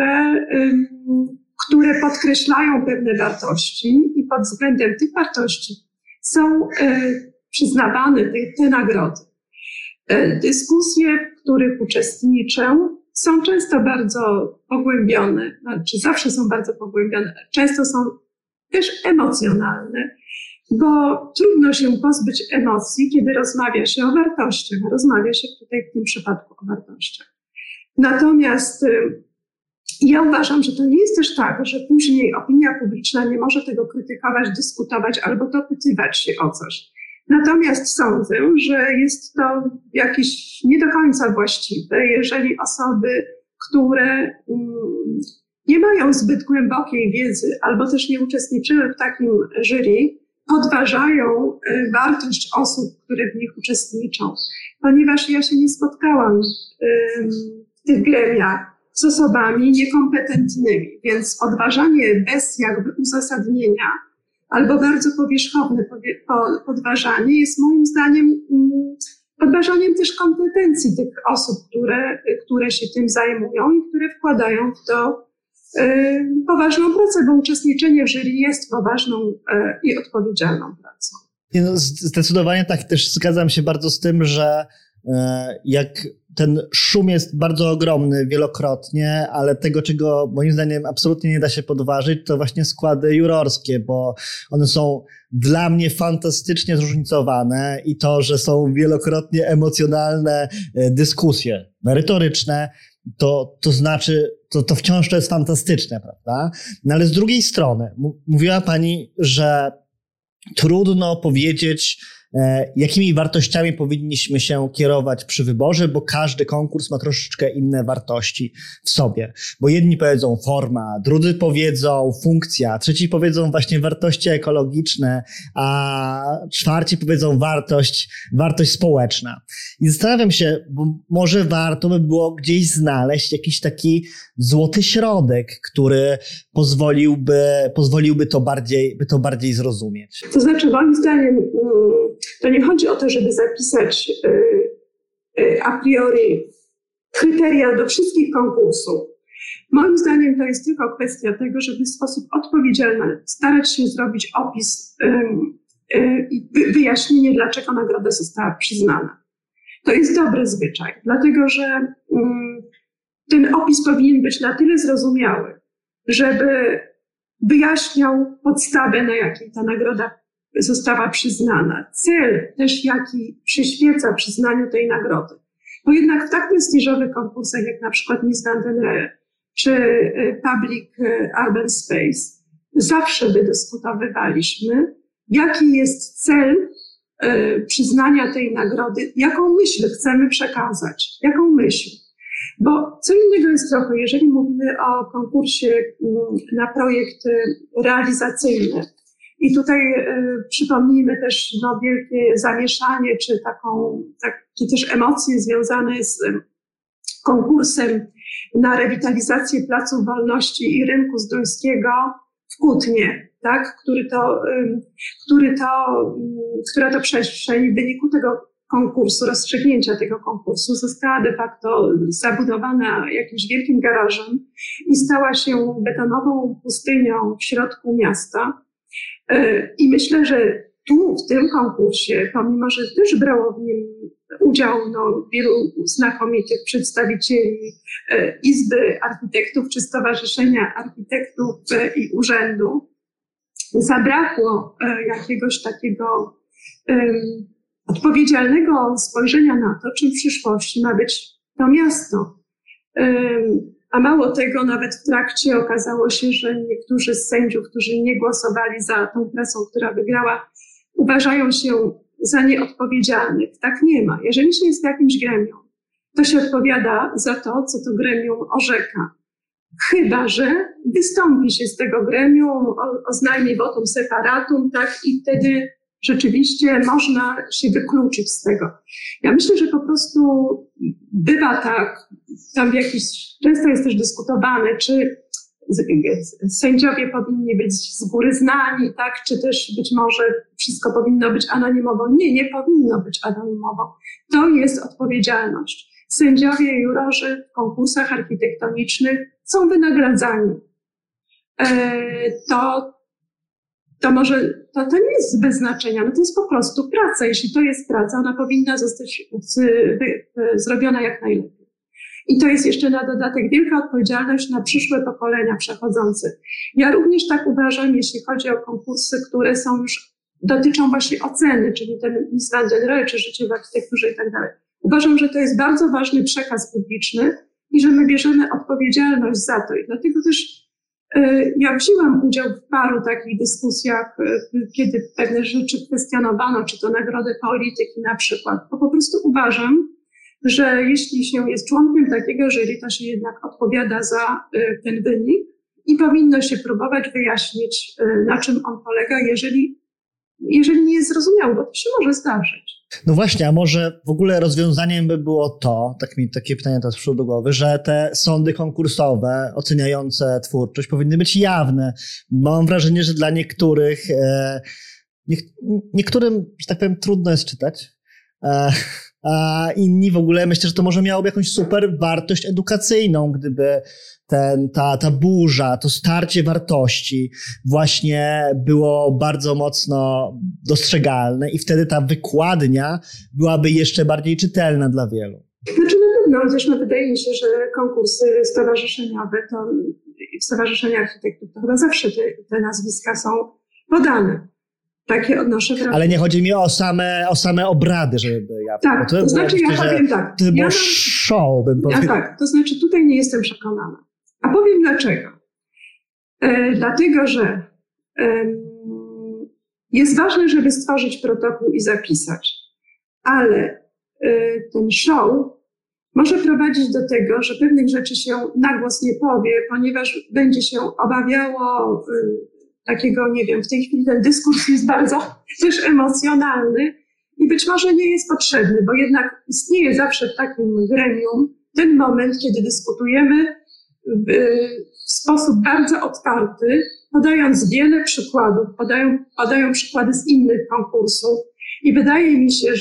które podkreślają pewne wartości i pod względem tych wartości są przyznawane te nagrody. Dyskusje, w których uczestniczę, są często bardzo pogłębione, znaczy zawsze są bardzo pogłębione, często są też emocjonalne, bo trudno się pozbyć emocji, kiedy rozmawia się o wartościach, a rozmawia się tutaj w tym przypadku o wartościach. Natomiast ja uważam, że to nie jest też tak, że później opinia publiczna nie może tego krytykować, dyskutować albo dopytywać się o coś. Natomiast sądzę, że jest to jakieś nie do końca właściwe, jeżeli osoby, które nie mają zbyt głębokiej wiedzy albo też nie uczestniczyły w takim jury, podważają wartość osób, które w nich uczestniczą. Ponieważ ja się nie spotkałam w tych gremiach z osobami niekompetentnymi, więc podważanie bez jakby uzasadnienia albo bardzo powierzchowne podważanie jest moim zdaniem podważaniem też kompetencji tych osób, które się tym zajmują i które wkładają w to poważną pracę, bo uczestniczenie w jury jest poważną i odpowiedzialną pracą. Zdecydowanie tak, też zgadzam się bardzo z tym, że jak ten szum jest bardzo ogromny wielokrotnie, ale tego, czego moim zdaniem absolutnie nie da się podważyć, to właśnie składy jurorskie, bo one są dla mnie fantastycznie zróżnicowane i to, że są wielokrotnie emocjonalne dyskusje merytoryczne, to znaczy, to wciąż to jest fantastyczne, prawda? No ale z drugiej strony, mówiła pani, że trudno powiedzieć, jakimi wartościami powinniśmy się kierować przy wyborze, bo każdy konkurs ma troszeczkę inne wartości w sobie. Bo jedni powiedzą forma, drudzy powiedzą funkcja, trzeci powiedzą właśnie wartości ekologiczne, a czwarci powiedzą wartość społeczna. I zastanawiam się, bo może warto by było gdzieś znaleźć jakiś taki złoty środek, który pozwoliłby to bardziej zrozumieć. To znaczy, moim zdaniem, to nie chodzi o to, żeby zapisać a priori kryteria do wszystkich konkursów. Moim zdaniem to jest tylko kwestia tego, żeby w sposób odpowiedzialny starać się zrobić opis i wyjaśnienie, dlaczego nagroda została przyznana. To jest dobry zwyczaj, dlatego że ten opis powinien być na tyle zrozumiały, żeby wyjaśniał podstawę, na jakiej ta nagroda została przyznana. Cel też, jaki przyświeca przyznaniu tej nagrody. Bo jednak w tak prestiżowych konkursach, jak na przykład Miss Van den Ree czy Public Urban Space, zawsze wydyskutowywaliśmy, jaki jest cel przyznania tej nagrody, jaką myśl chcemy przekazać, jaką myśl. Bo co innego jest trochę, jeżeli mówimy o konkursie na projekty realizacyjne. I tutaj przypomnijmy też wielkie zamieszanie, czy takie też emocje związane z konkursem na rewitalizację Placu Wolności i Rynku Zdrójskiego w Kutnie, tak? Która to przestrzeń w wyniku tego konkursu, rozstrzygnięcia tego konkursu została de facto zabudowana jakimś wielkim garażem i stała się betonową pustynią w środku miasta. I myślę, że tu w tym konkursie, pomimo że też brało w nim udział wielu znakomitych przedstawicieli Izby Architektów czy Stowarzyszenia Architektów i Urzędu, zabrakło jakiegoś takiego odpowiedzialnego spojrzenia na to, czym w przyszłości ma być to miasto. A mało tego, nawet w trakcie okazało się, że niektórzy z sędziów, którzy nie głosowali za tą presą, która wygrała, uważają się za nieodpowiedzialnych. Tak nie ma. Jeżeli się jest w jakimś gremium, to się odpowiada za to, co to gremium orzeka. Chyba że wystąpi się z tego gremium, oznajmi votum separatum, tak, i wtedy rzeczywiście można się wykluczyć z tego. Ja myślę, że po prostu bywa tak, tam często jest też dyskutowane, czy sędziowie powinni być z góry znani, tak, czy też być może wszystko powinno być anonimowo. Nie powinno być anonimowo. To jest odpowiedzialność. Sędziowie i jurorzy w konkursach architektonicznych są wynagradzani. To nie jest bez znaczenia, no to jest po prostu praca. Jeśli to jest praca, ona powinna zostać zrobiona jak najlepiej. I to jest jeszcze na dodatek wielka odpowiedzialność na przyszłe pokolenia przechodzące. Ja również tak uważam, jeśli chodzi o konkursy, które dotyczą właśnie oceny, czyli ten Miss Van den Rohe, czy życie w architekturze i tak dalej. Uważam, że to jest bardzo ważny przekaz publiczny i że my bierzemy odpowiedzialność za to. I dlatego też ja wzięłam udział w paru takich dyskusjach, kiedy pewne rzeczy kwestionowano, czy to nagrody polityki na przykład. Bo po prostu uważam, że jeśli się jest członkiem takiego jury, to się jednak odpowiada za ten wynik i powinno się próbować wyjaśnić, na czym on polega, jeżeli nie jest zrozumiały, bo to się może zdarzyć. No właśnie, a może w ogóle rozwiązaniem by było to, takie pytanie teraz przyszło do głowy, że te sądy konkursowe oceniające twórczość powinny być jawne. Mam wrażenie, że dla niektórym, że tak powiem, trudno jest czytać, a inni w ogóle myślę, że to może miałoby jakąś super wartość edukacyjną, gdyby ta burza, to starcie wartości właśnie było bardzo mocno dostrzegalne i wtedy ta wykładnia byłaby jeszcze bardziej czytelna dla wielu. Znaczy na pewno, zresztą wydaje mi się, że konkursy stowarzyszeniowe, to w Stowarzyszeniu Architektów to chyba zawsze te nazwiska są podane. Takie odnoszę wrażenie. Ale nie chodzi mi o same obrady, żeby ja... Tak, to znaczy ja powiem tak. To było show, bym powiedział. Tak, to znaczy tutaj nie jestem przekonana. A powiem dlaczego. Dlatego, że jest ważne, żeby stworzyć protokół i zapisać, ale ten show może prowadzić do tego, że pewnych rzeczy się na głos nie powie, ponieważ będzie się obawiało takiego, nie wiem, w tej chwili ten dyskurs jest bardzo też emocjonalny i być może nie jest potrzebny, bo jednak istnieje zawsze w takim gremium ten moment, kiedy dyskutujemy w sposób bardzo otwarty, podając wiele przykładów, podają przykłady z innych konkursów i wydaje mi się,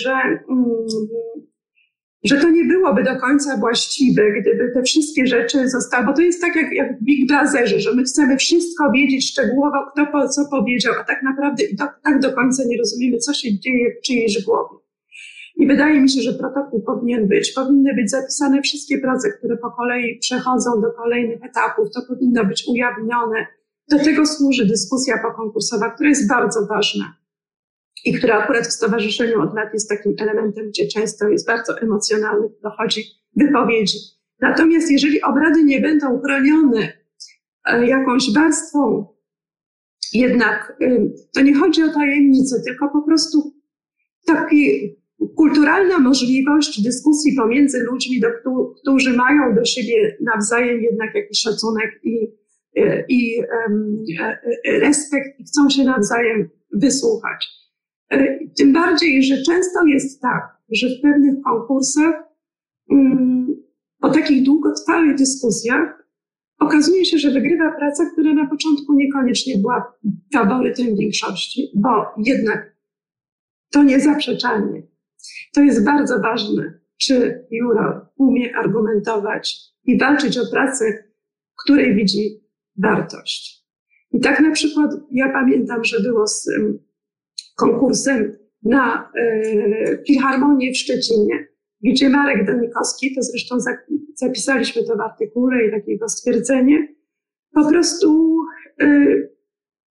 że to nie byłoby do końca właściwe, gdyby te wszystkie rzeczy zostały, bo to jest tak jak w Big Brotherze, że my chcemy wszystko wiedzieć szczegółowo, kto co powiedział, a tak naprawdę tak do końca nie rozumiemy, co się dzieje w czyjejś głowie. I wydaje mi się, że protokół powinny być zapisane wszystkie prace, które po kolei przechodzą do kolejnych etapów, to powinno być ujawnione. Do tego służy dyskusja pokonkursowa, która jest bardzo ważna i która akurat w stowarzyszeniu od lat jest takim elementem, gdzie często jest bardzo emocjonalny, dochodzi wypowiedzi. Natomiast jeżeli obrady nie będą chronione jakąś warstwą, jednak to nie chodzi o tajemnicę, tylko po prostu taki kulturalna możliwość dyskusji pomiędzy ludźmi, którzy mają do siebie nawzajem jednak jakiś szacunek i respekt i chcą się nawzajem wysłuchać. Tym bardziej, że często jest tak, że w pewnych konkursach po takich długotrwałych dyskusjach okazuje się, że wygrywa praca, która na początku niekoniecznie była faworytem większości, bo jednak to niezaprzeczalnie. To jest bardzo ważne, czy juror umie argumentować i walczyć o pracę, której widzi wartość. I tak na przykład ja pamiętam, że było z konkursem na Filharmonię w Szczecinie, gdzie Marek Donikowski, to zresztą zapisaliśmy to w artykule i takiego stwierdzenie, po prostu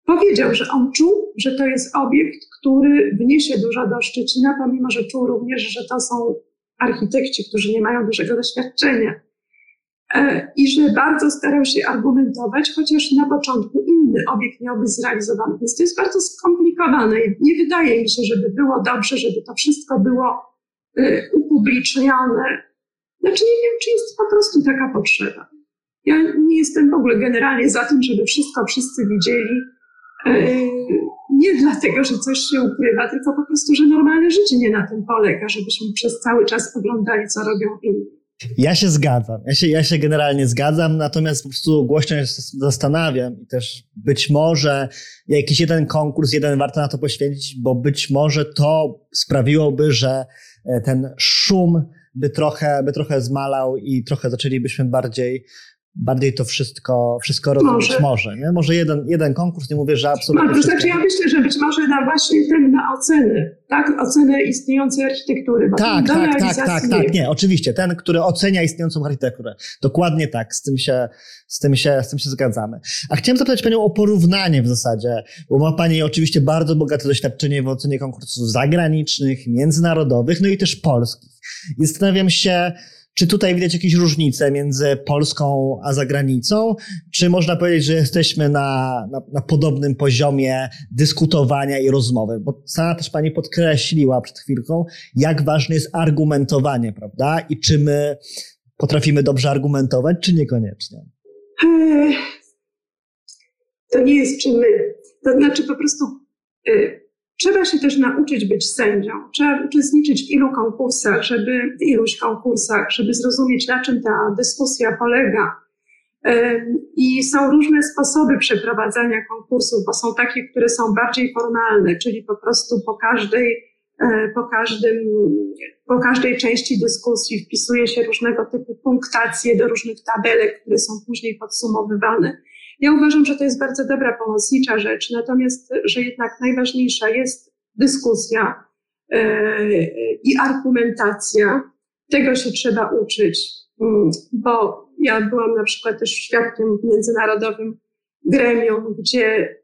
powiedział, że on czuł, że to jest obiekt, który wniesie dużo do Szczecina, pomimo że czuł również, że to są architekci, którzy nie mają dużego doświadczenia. I że bardzo starał się argumentować, chociaż na początku inny obiekt miał być zrealizowany. Więc to jest bardzo skomplikowane. Nie wydaje mi się, żeby było dobrze, żeby to wszystko było upublicznione. Znaczy nie wiem, czy jest po prostu taka potrzeba. Ja nie jestem w ogóle generalnie za tym, żeby wszystko wszyscy widzieli. Nie dlatego, że coś się ukrywa, tylko po prostu, że normalne życie nie na tym polega, żebyśmy przez cały czas oglądali, co robią inni. Ja się zgadzam. Ja się generalnie zgadzam, natomiast po prostu głośno się zastanawiam i też być może jakiś jeden konkurs, warto na to poświęcić, bo być może to sprawiłoby, że ten szum by trochę zmalał i trochę zaczęlibyśmy bardziej to wszystko rozumieć. Może, nie? Może jeden konkurs, nie mówię, że absolutnie to znaczy ja myślę, że być może na właśnie na oceny, tak? Ocenę istniejącej architektury. Tak, nie, oczywiście. Ten, który ocenia istniejącą architekturę. Dokładnie tak, z tym się zgadzamy. A chciałem zapytać Panią o porównanie w zasadzie, bo ma Pani oczywiście bardzo bogate doświadczenie w ocenie konkursów zagranicznych, międzynarodowych, no i też polskich. I zastanawiam się, czy tutaj widać jakieś różnice między Polską a zagranicą? Czy można powiedzieć, że jesteśmy na podobnym poziomie dyskutowania i rozmowy? Bo sama też Pani podkreśliła przed chwilką, jak ważne jest argumentowanie, prawda? I czy my potrafimy dobrze argumentować, czy niekoniecznie? To nie jest czy my. To znaczy po prostu trzeba się też nauczyć być sędzią. Trzeba uczestniczyć w iluś konkursach, żeby zrozumieć, na czym ta dyskusja polega. I są różne sposoby przeprowadzania konkursów, bo są takie, które są bardziej formalne, czyli po prostu po każdej części dyskusji wpisuje się różnego typu punktacje do różnych tabelek, które są później podsumowywane. Ja uważam, że to jest bardzo dobra, pomocnicza rzecz, natomiast, że jednak najważniejsza jest dyskusja i argumentacja. Tego się trzeba uczyć, bo ja byłam na przykład też świadkiem w międzynarodowym gremium, gdzie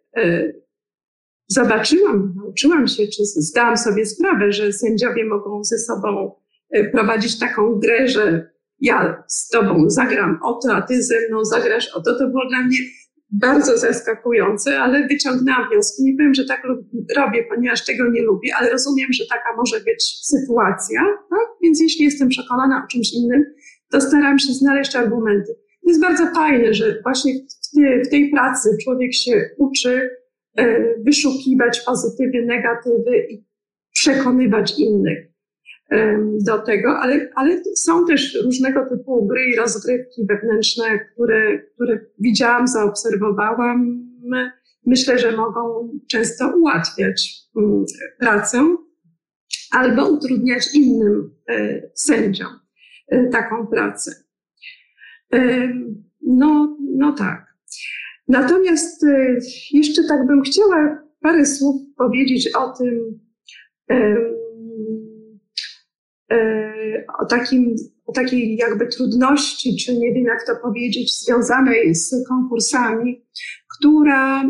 nauczyłam się, czy zdałam sobie sprawę, że sędziowie mogą ze sobą prowadzić taką grę, że ja z tobą zagram o to, a ty ze mną zagrasz o to. To było dla mnie bardzo zaskakujące, ale wyciągnęłam wnioski. Nie powiem, że tak robię, ponieważ tego nie lubię, ale rozumiem, że taka może być sytuacja. Tak? Więc jeśli jestem przekonana o czymś innym, to staram się znaleźć argumenty. To jest bardzo fajne, że właśnie w tej pracy człowiek się uczy wyszukiwać pozytywy, negatywy i przekonywać innych do tego, ale są też różnego typu gry i rozgrywki wewnętrzne, które widziałam, zaobserwowałam. Myślę, że mogą często ułatwiać pracę albo utrudniać innym sędziom taką pracę. No tak. Natomiast jeszcze tak bym chciała parę słów powiedzieć o tym, o takiej jakby trudności, czy nie wiem jak to powiedzieć, związanej z konkursami, która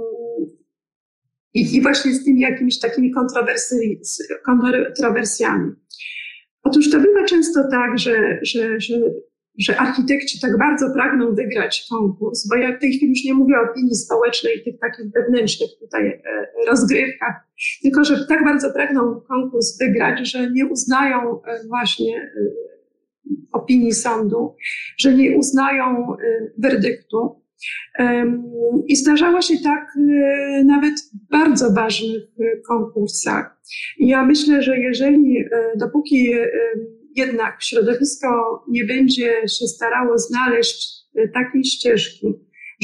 i właśnie z tymi jakimiś takimi kontrowersjami. Otóż to bywa często tak, że architekci tak bardzo pragną wygrać konkurs, bo ja w tej chwili już nie mówię o opinii społecznej, tych takich wewnętrznych tutaj rozgrywkach, tylko że tak bardzo pragną konkurs wygrać, że nie uznają właśnie opinii sądu, że nie uznają werdyktu. I zdarzało się tak nawet w bardzo ważnych konkursach. I ja myślę, że dopóki jednak środowisko nie będzie się starało znaleźć takiej ścieżki,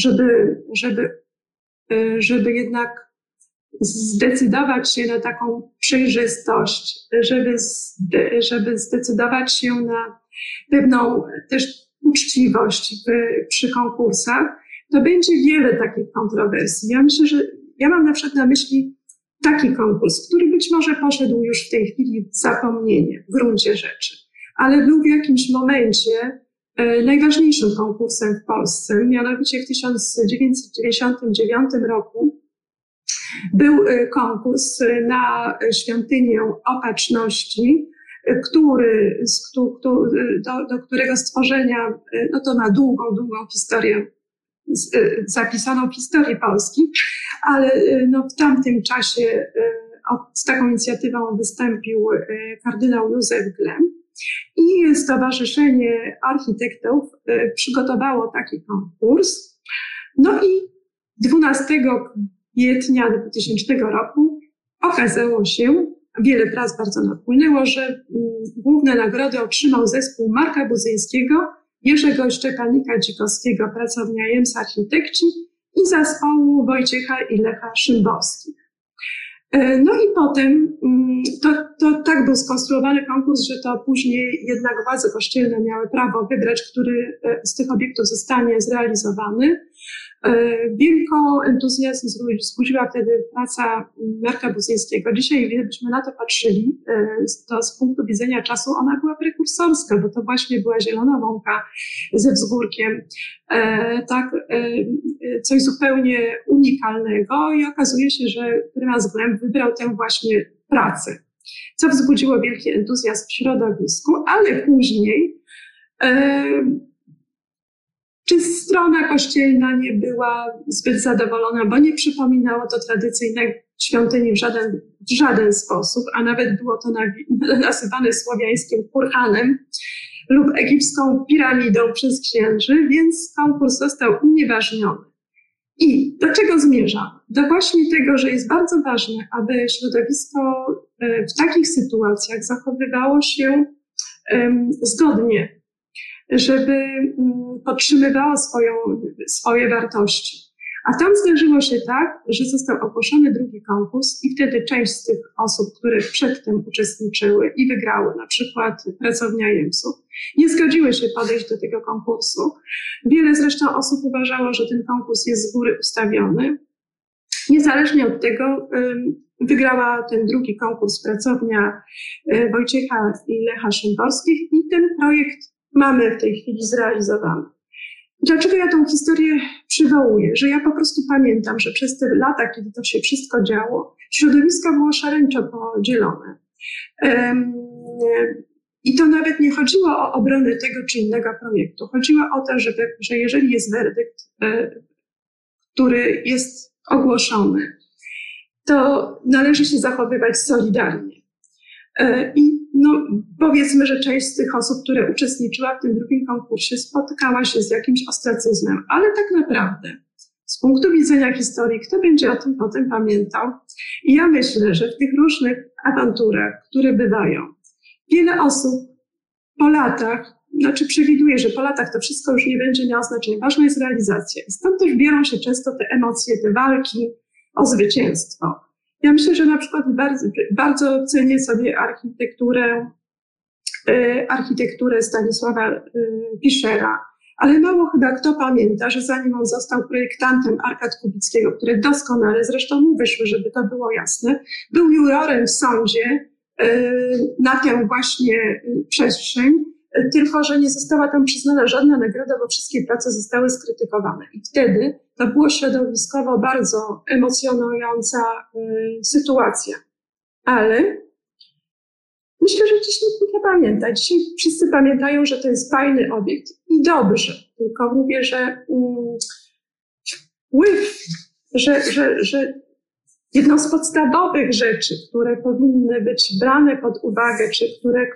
żeby jednak zdecydować się na taką przejrzystość, żeby zdecydować się na pewną też uczciwość przy konkursach, to będzie wiele takich kontrowersji. Ja myślę, że ja mam na przykład na myśli taki konkurs, który być może poszedł już w tej chwili w zapomnienie w gruncie rzeczy, ale był w jakimś momencie najważniejszym konkursem w Polsce. Mianowicie w 1999 roku Był konkurs na świątynię Opatrzności, do którego stworzenia, no to ma długą historię, zapisaną w historii Polski, ale no w tamtym czasie z taką inicjatywą wystąpił kardynał Józef Glem i Stowarzyszenie Architektów przygotowało taki konkurs. No i 12 kwietnia 2000 roku okazało się, wiele prac bardzo napłynęło, że główne nagrody otrzymał zespół Marka Budzyńskiego, Jerzego Szczepanika-Dzikowskiego, Pracownia Jems Architekci i zespołu Wojciecha i Lecha Szymborskich. No i potem to tak był skonstruowany konkurs, że to później jednak władze kościelne miały prawo wybrać, który z tych obiektów zostanie zrealizowany. Wielką entuzjazm wzbudziła wtedy praca Marka Budzyńskiego. Dzisiaj, gdybyśmy na to patrzyli, to z punktu widzenia czasu ona była prekursorska, bo to właśnie była zielona łąka ze wzgórkiem. Coś zupełnie unikalnego i okazuje się, że prymas Glem wybrał tę właśnie pracę, co wzbudziło wielki entuzjazm w środowisku, ale później czy strona kościelna nie była zbyt zadowolona, bo nie przypominało to tradycyjnej świątyni w żaden sposób, a nawet było to nazywane słowiańskim kurhanem lub egipską piramidą przez księży, więc konkurs został unieważniony. I do czego zmierzam? Do właśnie tego, że jest bardzo ważne, aby środowisko w takich sytuacjach zachowywało się zgodnie, żeby podtrzymywało swoje wartości. A tam zdarzyło się tak, że został ogłoszony drugi konkurs i wtedy część z tych osób, które przedtem uczestniczyły i wygrały, na przykład Pracownia Jemsów, nie zgodziły się podejść do tego konkursu. Wiele zresztą osób uważało, że ten konkurs jest z góry ustawiony. Niezależnie od tego wygrała ten drugi konkurs Pracownia Wojciecha i Lecha Szymborskich i ten projekt mamy w tej chwili zrealizowany. Dlaczego ja tą historię przywołuję? Że ja po prostu pamiętam, że przez te lata, kiedy to się wszystko działo, środowisko było szaleńczo podzielone. I to nawet nie chodziło o obronę tego czy innego projektu. Chodziło o to, że jeżeli jest werdykt, który jest ogłoszony, to należy się zachowywać solidarnie. I powiedzmy, że część z tych osób, które uczestniczyła w tym drugim konkursie, spotykała się z jakimś ostracyzmem, ale tak naprawdę z punktu widzenia historii, kto będzie o tym potem pamiętał? I ja myślę, że w tych różnych awanturach, które bywają, wiele osób po latach, przewiduje, że po latach to wszystko już nie będzie miało znaczenia. Ważna jest realizacja. I stąd też biorą się często te emocje, te walki o zwycięstwo. Ja myślę, że na przykład bardzo cenię sobie architekturę Stanisława Piszera, ale mało chyba kto pamięta, że zanim on został projektantem Arkad Kubickiego, które doskonale zresztą mu wyszły, żeby to było jasne, był jurorem w sądzie na tę właśnie przestrzeń, tylko że nie została tam przyznana żadna nagroda, bo wszystkie prace zostały skrytykowane. I wtedy to było środowiskowo bardzo emocjonująca sytuacja. Ale myślę, że dziś nikt nie pamięta. Dzisiaj wszyscy pamiętają, że to jest fajny obiekt i dobrze. Tylko mówię, że że jedną z podstawowych rzeczy, które powinny być brane pod uwagę, czy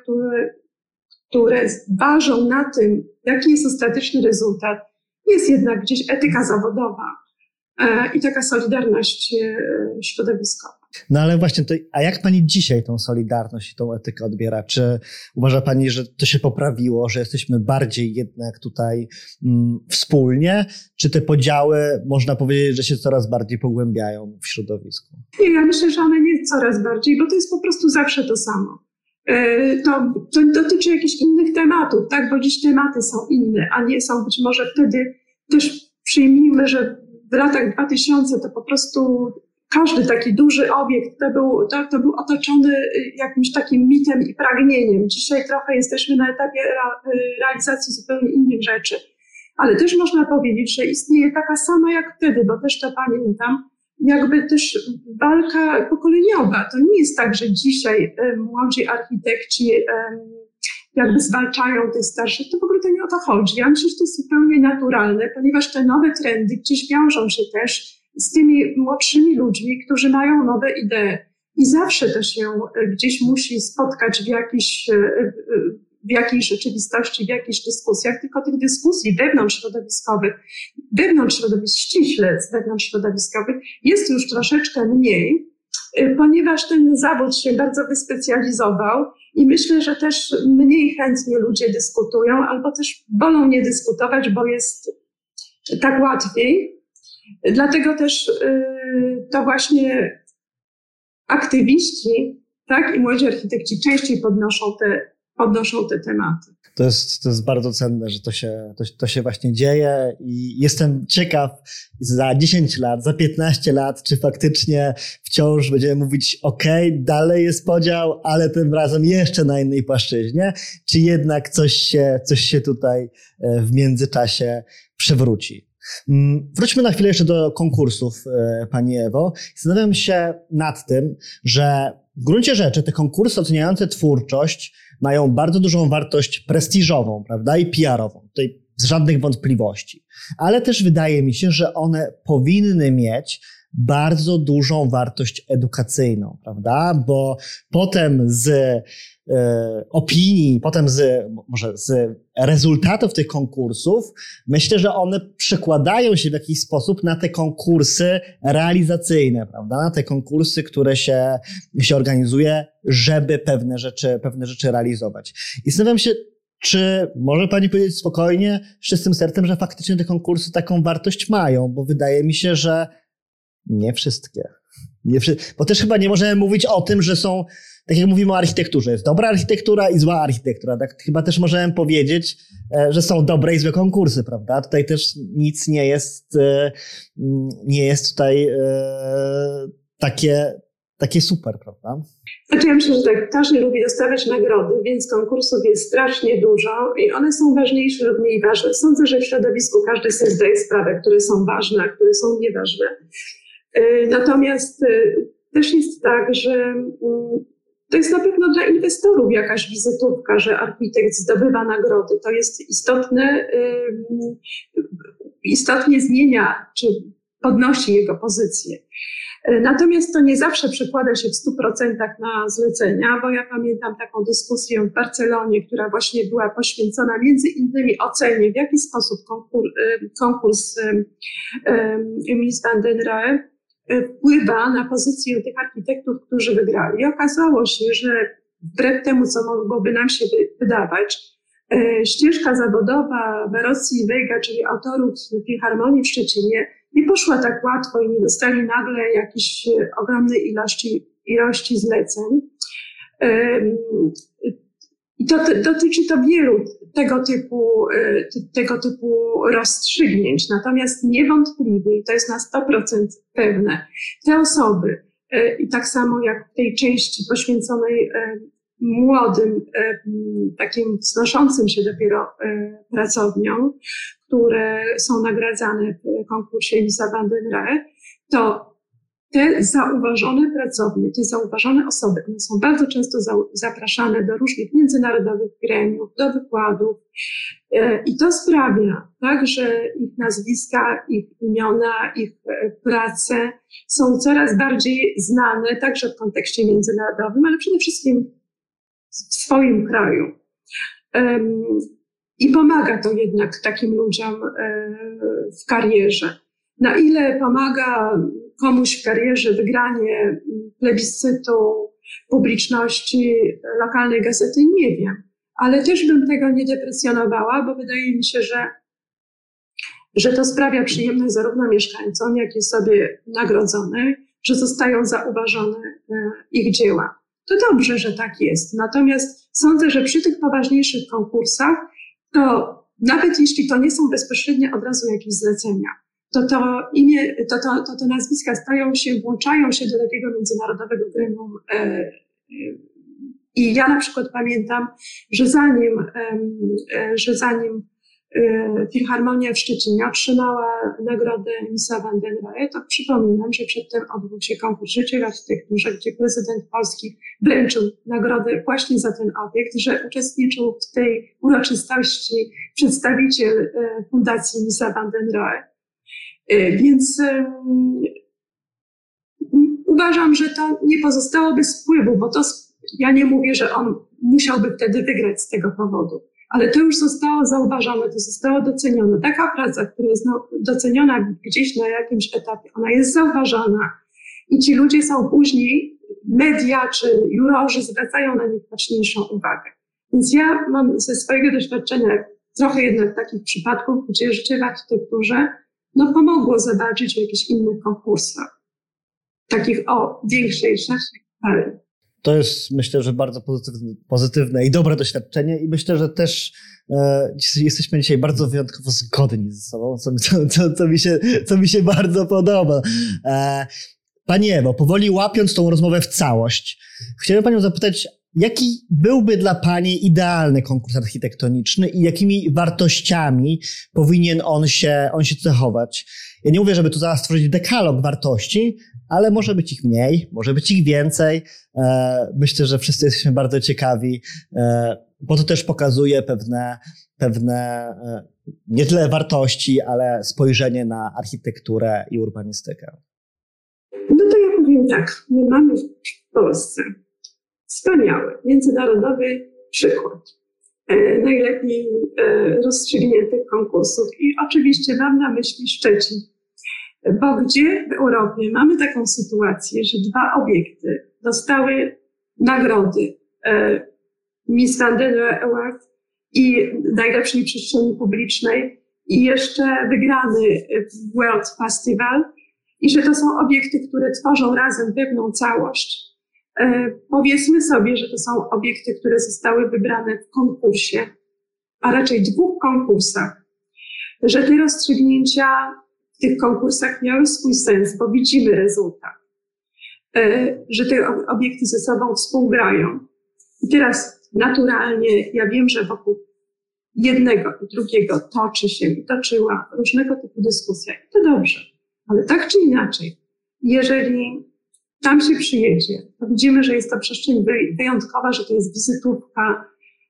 które ważą na tym, jaki jest ostateczny rezultat, jest jednak gdzieś etyka zawodowa i taka solidarność środowiskowa. No ale właśnie, a jak pani dzisiaj tą solidarność i tą etykę odbiera? Czy uważa pani, że to się poprawiło, że jesteśmy bardziej jednak tutaj wspólnie? Czy te podziały, można powiedzieć, że się coraz bardziej pogłębiają w środowisku? Nie, ja myślę, że one nie coraz bardziej, bo to jest po prostu zawsze to samo. To dotyczy jakichś innych tematów, tak? Bo dziś tematy są inne, a nie są być może wtedy też przyjmijmy, że w latach 2000 to po prostu każdy taki duży obiekt to był otoczony jakimś takim mitem i pragnieniem. Dzisiaj trochę jesteśmy na etapie realizacji zupełnie innych rzeczy, ale też można powiedzieć, że istnieje taka sama jak wtedy, bo też to pamiętam, jakby też walka pokoleniowa. To nie jest tak, że dzisiaj młodzi architekci jakby zwalczają tych starszych. To w ogóle to nie o to chodzi. Ja myślę, że to jest zupełnie naturalne, ponieważ te nowe trendy gdzieś wiążą się też z tymi młodszymi ludźmi, którzy mają nowe idee. I zawsze to się gdzieś musi spotkać w jakiejś rzeczywistości, w jakichś dyskusjach, tylko tych dyskusji ściśle wewnątrzśrodowiskowych jest już troszeczkę mniej, ponieważ ten zawód się bardzo wyspecjalizował i myślę, że też mniej chętnie ludzie dyskutują albo też wolą nie dyskutować, bo jest tak łatwiej. Dlatego też to właśnie aktywiści, tak, i młodzi architekci częściej podnoszą te tematy. To jest bardzo cenne, że to się właśnie dzieje i jestem ciekaw za 10 lat, za 15 lat, czy faktycznie wciąż będziemy mówić dalej jest podział, ale tym razem jeszcze na innej płaszczyźnie, czy jednak coś się tutaj w międzyczasie przewróci. Wróćmy na chwilę jeszcze do konkursów, Pani Ewo. Zastanawiam się nad tym, że w gruncie rzeczy te konkursy oceniające twórczość mają bardzo dużą wartość prestiżową, prawda, i PR-ową. Tutaj żadnych wątpliwości. Ale też wydaje mi się, że one powinny mieć bardzo dużą wartość edukacyjną, prawda, bo potem z opinii, potem z rezultatów tych konkursów, myślę, że one przekładają się w jakiś sposób na te konkursy realizacyjne, prawda, na te konkursy, które się organizuje, żeby pewne rzeczy realizować. I zastanawiam się, czy może Pani powiedzieć spokojnie, z czystym sercem, że faktycznie te konkursy taką wartość mają, bo wydaje mi się, że nie wszystkie. Bo też chyba nie możemy mówić o tym, że są, tak jak mówimy o architekturze, jest dobra architektura i zła architektura. Tak chyba też możemy powiedzieć, że są dobre i złe konkursy, prawda? Tutaj też nic nie jest tutaj takie super, prawda? Znaczy ja myślę, że tak, każdy lubi dostawać nagrody, więc konkursów jest strasznie dużo i one są ważniejsze lub mniej ważne. Sądzę, że w środowisku każdy sobie zdaje sprawę, które są ważne, a które są nieważne. Natomiast też jest tak, że to jest na pewno dla inwestorów jakaś wizytówka, że architekt zdobywa nagrody. To jest istotnie zmienia czy podnosi jego pozycję. Natomiast to nie zawsze przekłada się w 100% na zlecenia, bo ja pamiętam taką dyskusję w Barcelonie, która właśnie była poświęcona między innymi ocenie, w jaki sposób konkurs Mies van den Rohe wpływa na pozycję tych architektów, którzy wygrali. I okazało się, że wbrew temu, co mogłoby nam się wydawać, ścieżka zawodowa Barocci i Vega, czyli autorów Filharmonii w Szczecinie, nie poszła tak łatwo i nie dostali nagle jakiejś ogromnej ilości zleceń. I to dotyczy to wielu tego typu rozstrzygnięć. Natomiast niewątpliwie, i to jest na 100% pewne, te osoby, i tak samo jak w tej części poświęconej młodym, takim wznoszącym się dopiero pracowniom, które są nagradzane w konkursie Miesa van den Rohe, to te zauważone pracownie, te zauważone osoby, one są bardzo często zapraszane do różnych międzynarodowych gremiów, do wykładów i to sprawia, tak, że ich nazwiska, ich imiona, ich prace są coraz bardziej znane, także w kontekście międzynarodowym, ale przede wszystkim w swoim kraju. I pomaga to jednak takim ludziom w karierze. Na ile pomaga komuś w karierze wygranie plebiscytu publiczności lokalnej gazety, nie wiem. Ale też bym tego nie deprecjonowała, bo wydaje mi się, że to sprawia przyjemność zarówno mieszkańcom, jak i sobie nagrodzonych, że zostają zauważone ich dzieła. To dobrze, że tak jest. Natomiast sądzę, że przy tych poważniejszych konkursach, to nawet jeśli to nie są bezpośrednio od razu jakieś zlecenia, to te nazwiska włączają się do takiego międzynarodowego gremium. I ja na przykład pamiętam, że zanim Filharmonia w Szczecinie otrzymała nagrodę Missa van den Rohe, to przypominam, że przedtem odbył się konkurs życia w architekturze, gdzie prezydent Polski wręczył nagrodę właśnie za ten obiekt, że uczestniczył w tej uroczystości przedstawiciel Fundacji Missa van den Rohe. Więc uważam, że to nie pozostało bez wpływu, bo to ja nie mówię, że on musiałby wtedy wygrać z tego powodu, ale to już zostało zauważone, to zostało docenione. Taka praca, która jest doceniona gdzieś na jakimś etapie, ona jest zauważana i ci ludzie są później, media czy jurorzy zwracają na nich baczniejszą uwagę. Więc ja mam ze swojego doświadczenia trochę jednak takich przypadków, gdzie życie w architekturze pomogło zobaczyć w jakichś innych konkursach, takich o większej, szerszej skali. To jest, myślę, że bardzo pozytywne i dobre doświadczenie i myślę, że też jesteśmy dzisiaj bardzo wyjątkowo zgodni ze sobą, co mi się bardzo podoba. Pani Ewo, powoli łapiąc tą rozmowę w całość, chciałem Panią zapytać, jaki byłby dla Pani idealny konkurs architektoniczny i jakimi wartościami powinien on się cechować? Ja nie mówię, żeby tu zaraz stworzyć dekalog wartości, ale może być ich mniej, może być ich więcej. Myślę, że wszyscy jesteśmy bardzo ciekawi, bo to też pokazuje pewne nie tyle wartości, ale spojrzenie na architekturę i urbanistykę. No to ja powiem tak, my mamy w Polsce wspaniały, międzynarodowy przykład najlepiej rozstrzygniętych konkursów i oczywiście mam na myśli Szczecin. Bo gdzie w Europie mamy taką sytuację, że 2 obiekty dostały nagrody Miss van den Rohe Award i najlepszej przestrzeni publicznej i jeszcze wygrany World Festival i że to są obiekty, które tworzą razem pewną całość. Powiedzmy sobie, że to są obiekty, które zostały wybrane w konkursie, a raczej 2 konkursach, że te rozstrzygnięcia w tych konkursach miały swój sens, bo widzimy rezultat, że te obiekty ze sobą współgrają. I teraz naturalnie ja wiem, że wokół jednego i drugiego toczy się i toczyła różnego typu dyskusja. I to dobrze, ale tak czy inaczej, jeżeli tam się przyjedzie, to widzimy, że jest to przestrzeń wyjątkowa, że to jest wizytówka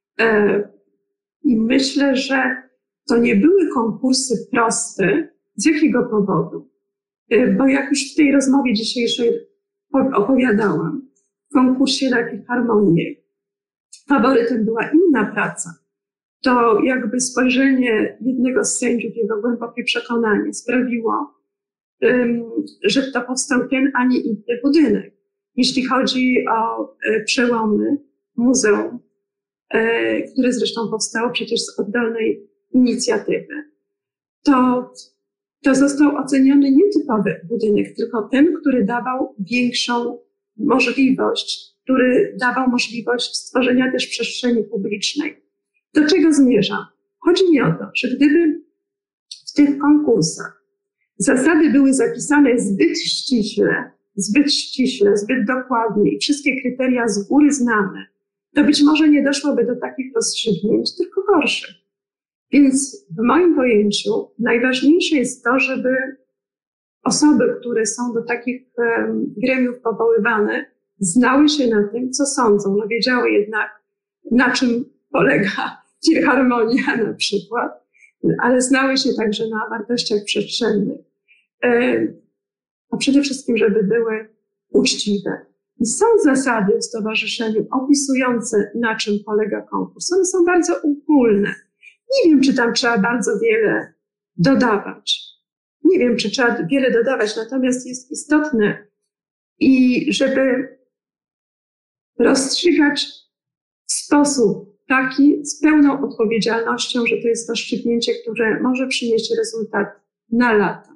i myślę, że to nie były konkursy proste. Z jakiego powodu? Bo jak już w tej rozmowie dzisiejszej opowiadałam, w konkursie na Filharmonię faworytem była inna praca. To jakby spojrzenie jednego z sędziów, jego głębokie przekonanie sprawiło, że to powstał ten, a nie inny budynek. Jeśli chodzi o przełomy muzeum, które zresztą powstało przecież z oddolnej inicjatywy, to został oceniony nietypowy budynek, tylko ten, który dawał większą możliwość, który dawał możliwość stworzenia też przestrzeni publicznej. Do czego zmierzam? Chodzi mi o to, że gdyby w tych konkursach zasady były zapisane zbyt ściśle, zbyt dokładnie i wszystkie kryteria z góry znane, to być może nie doszłoby do takich rozstrzygnięć, tylko gorszych. Więc w moim pojęciu najważniejsze jest to, żeby osoby, które są do takich gremiów powoływane, znały się na tym, co sądzą. No wiedziały jednak, na czym polega filharmonia na przykład, ale znały się także na wartościach przestrzennych. A przede wszystkim, żeby były uczciwe. I są zasady w stowarzyszeniu opisujące, na czym polega konkurs. One są bardzo ogólne. Nie wiem, czy tam trzeba bardzo wiele dodawać. Nie wiem, czy trzeba wiele dodawać, natomiast jest istotne i żeby rozstrzygać w sposób taki z pełną odpowiedzialnością, że to jest rozstrzygnięcie, które może przynieść rezultat na lata.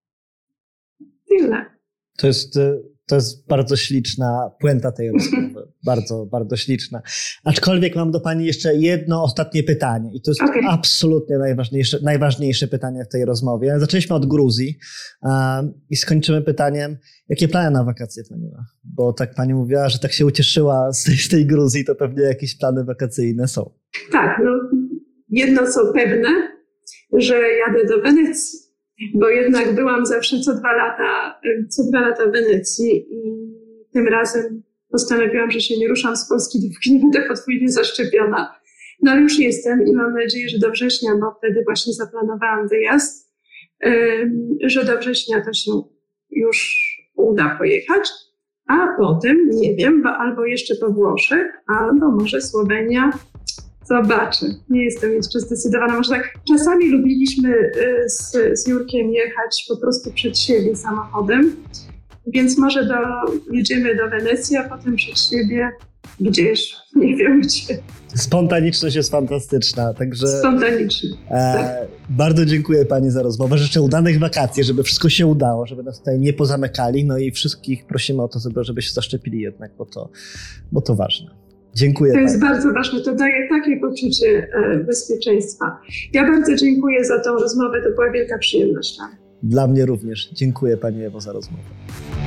Tyle. To jest bardzo śliczna puenta tej rozmowy. Bardzo, bardzo śliczna. Aczkolwiek mam do Pani jeszcze jedno ostatnie pytanie. I to jest absolutnie najważniejsze pytanie w tej rozmowie. Zaczęliśmy od Gruzji i skończymy pytaniem, jakie plany na wakacje Pani ma? Bo tak Pani mówiła, że tak się ucieszyła z tej Gruzji, to pewnie jakieś plany wakacyjne są. Tak, no jedno co pewne, że jadę do Wenecji, bo jednak byłam zawsze co dwa lata w Wenecji i tym razem postanowiłam, że się nie ruszam z Polski, dopóki nie będę podwójnie zaszczepiona. No ale już jestem i mam nadzieję, że do września, bo wtedy właśnie zaplanowałam wyjazd, że do września to się już uda pojechać, a potem, nie wiem, albo jeszcze po Włoszech, albo może Słowenia. Zobaczę. Nie jestem jeszcze zdecydowana. Może tak czasami lubiliśmy z Jurkiem jechać po prostu przed siebie samochodem, więc może jedziemy do Wenecji, a potem przed siebie gdzieś, nie wiem gdzie. Spontaniczność jest fantastyczna, także... Spontanicznie, tak. Bardzo dziękuję Pani za rozmowę. Życzę udanych wakacji, żeby wszystko się udało, żeby nas tutaj nie pozamykali, no i wszystkich prosimy o to, żeby się zaszczepili jednak, bo to ważne. Dziękuję. To jest bardzo ważne, to daje takie poczucie bezpieczeństwa. Ja bardzo dziękuję za tą rozmowę, to była wielka przyjemność. Dla mnie również. Dziękuję Pani Ewo za rozmowę.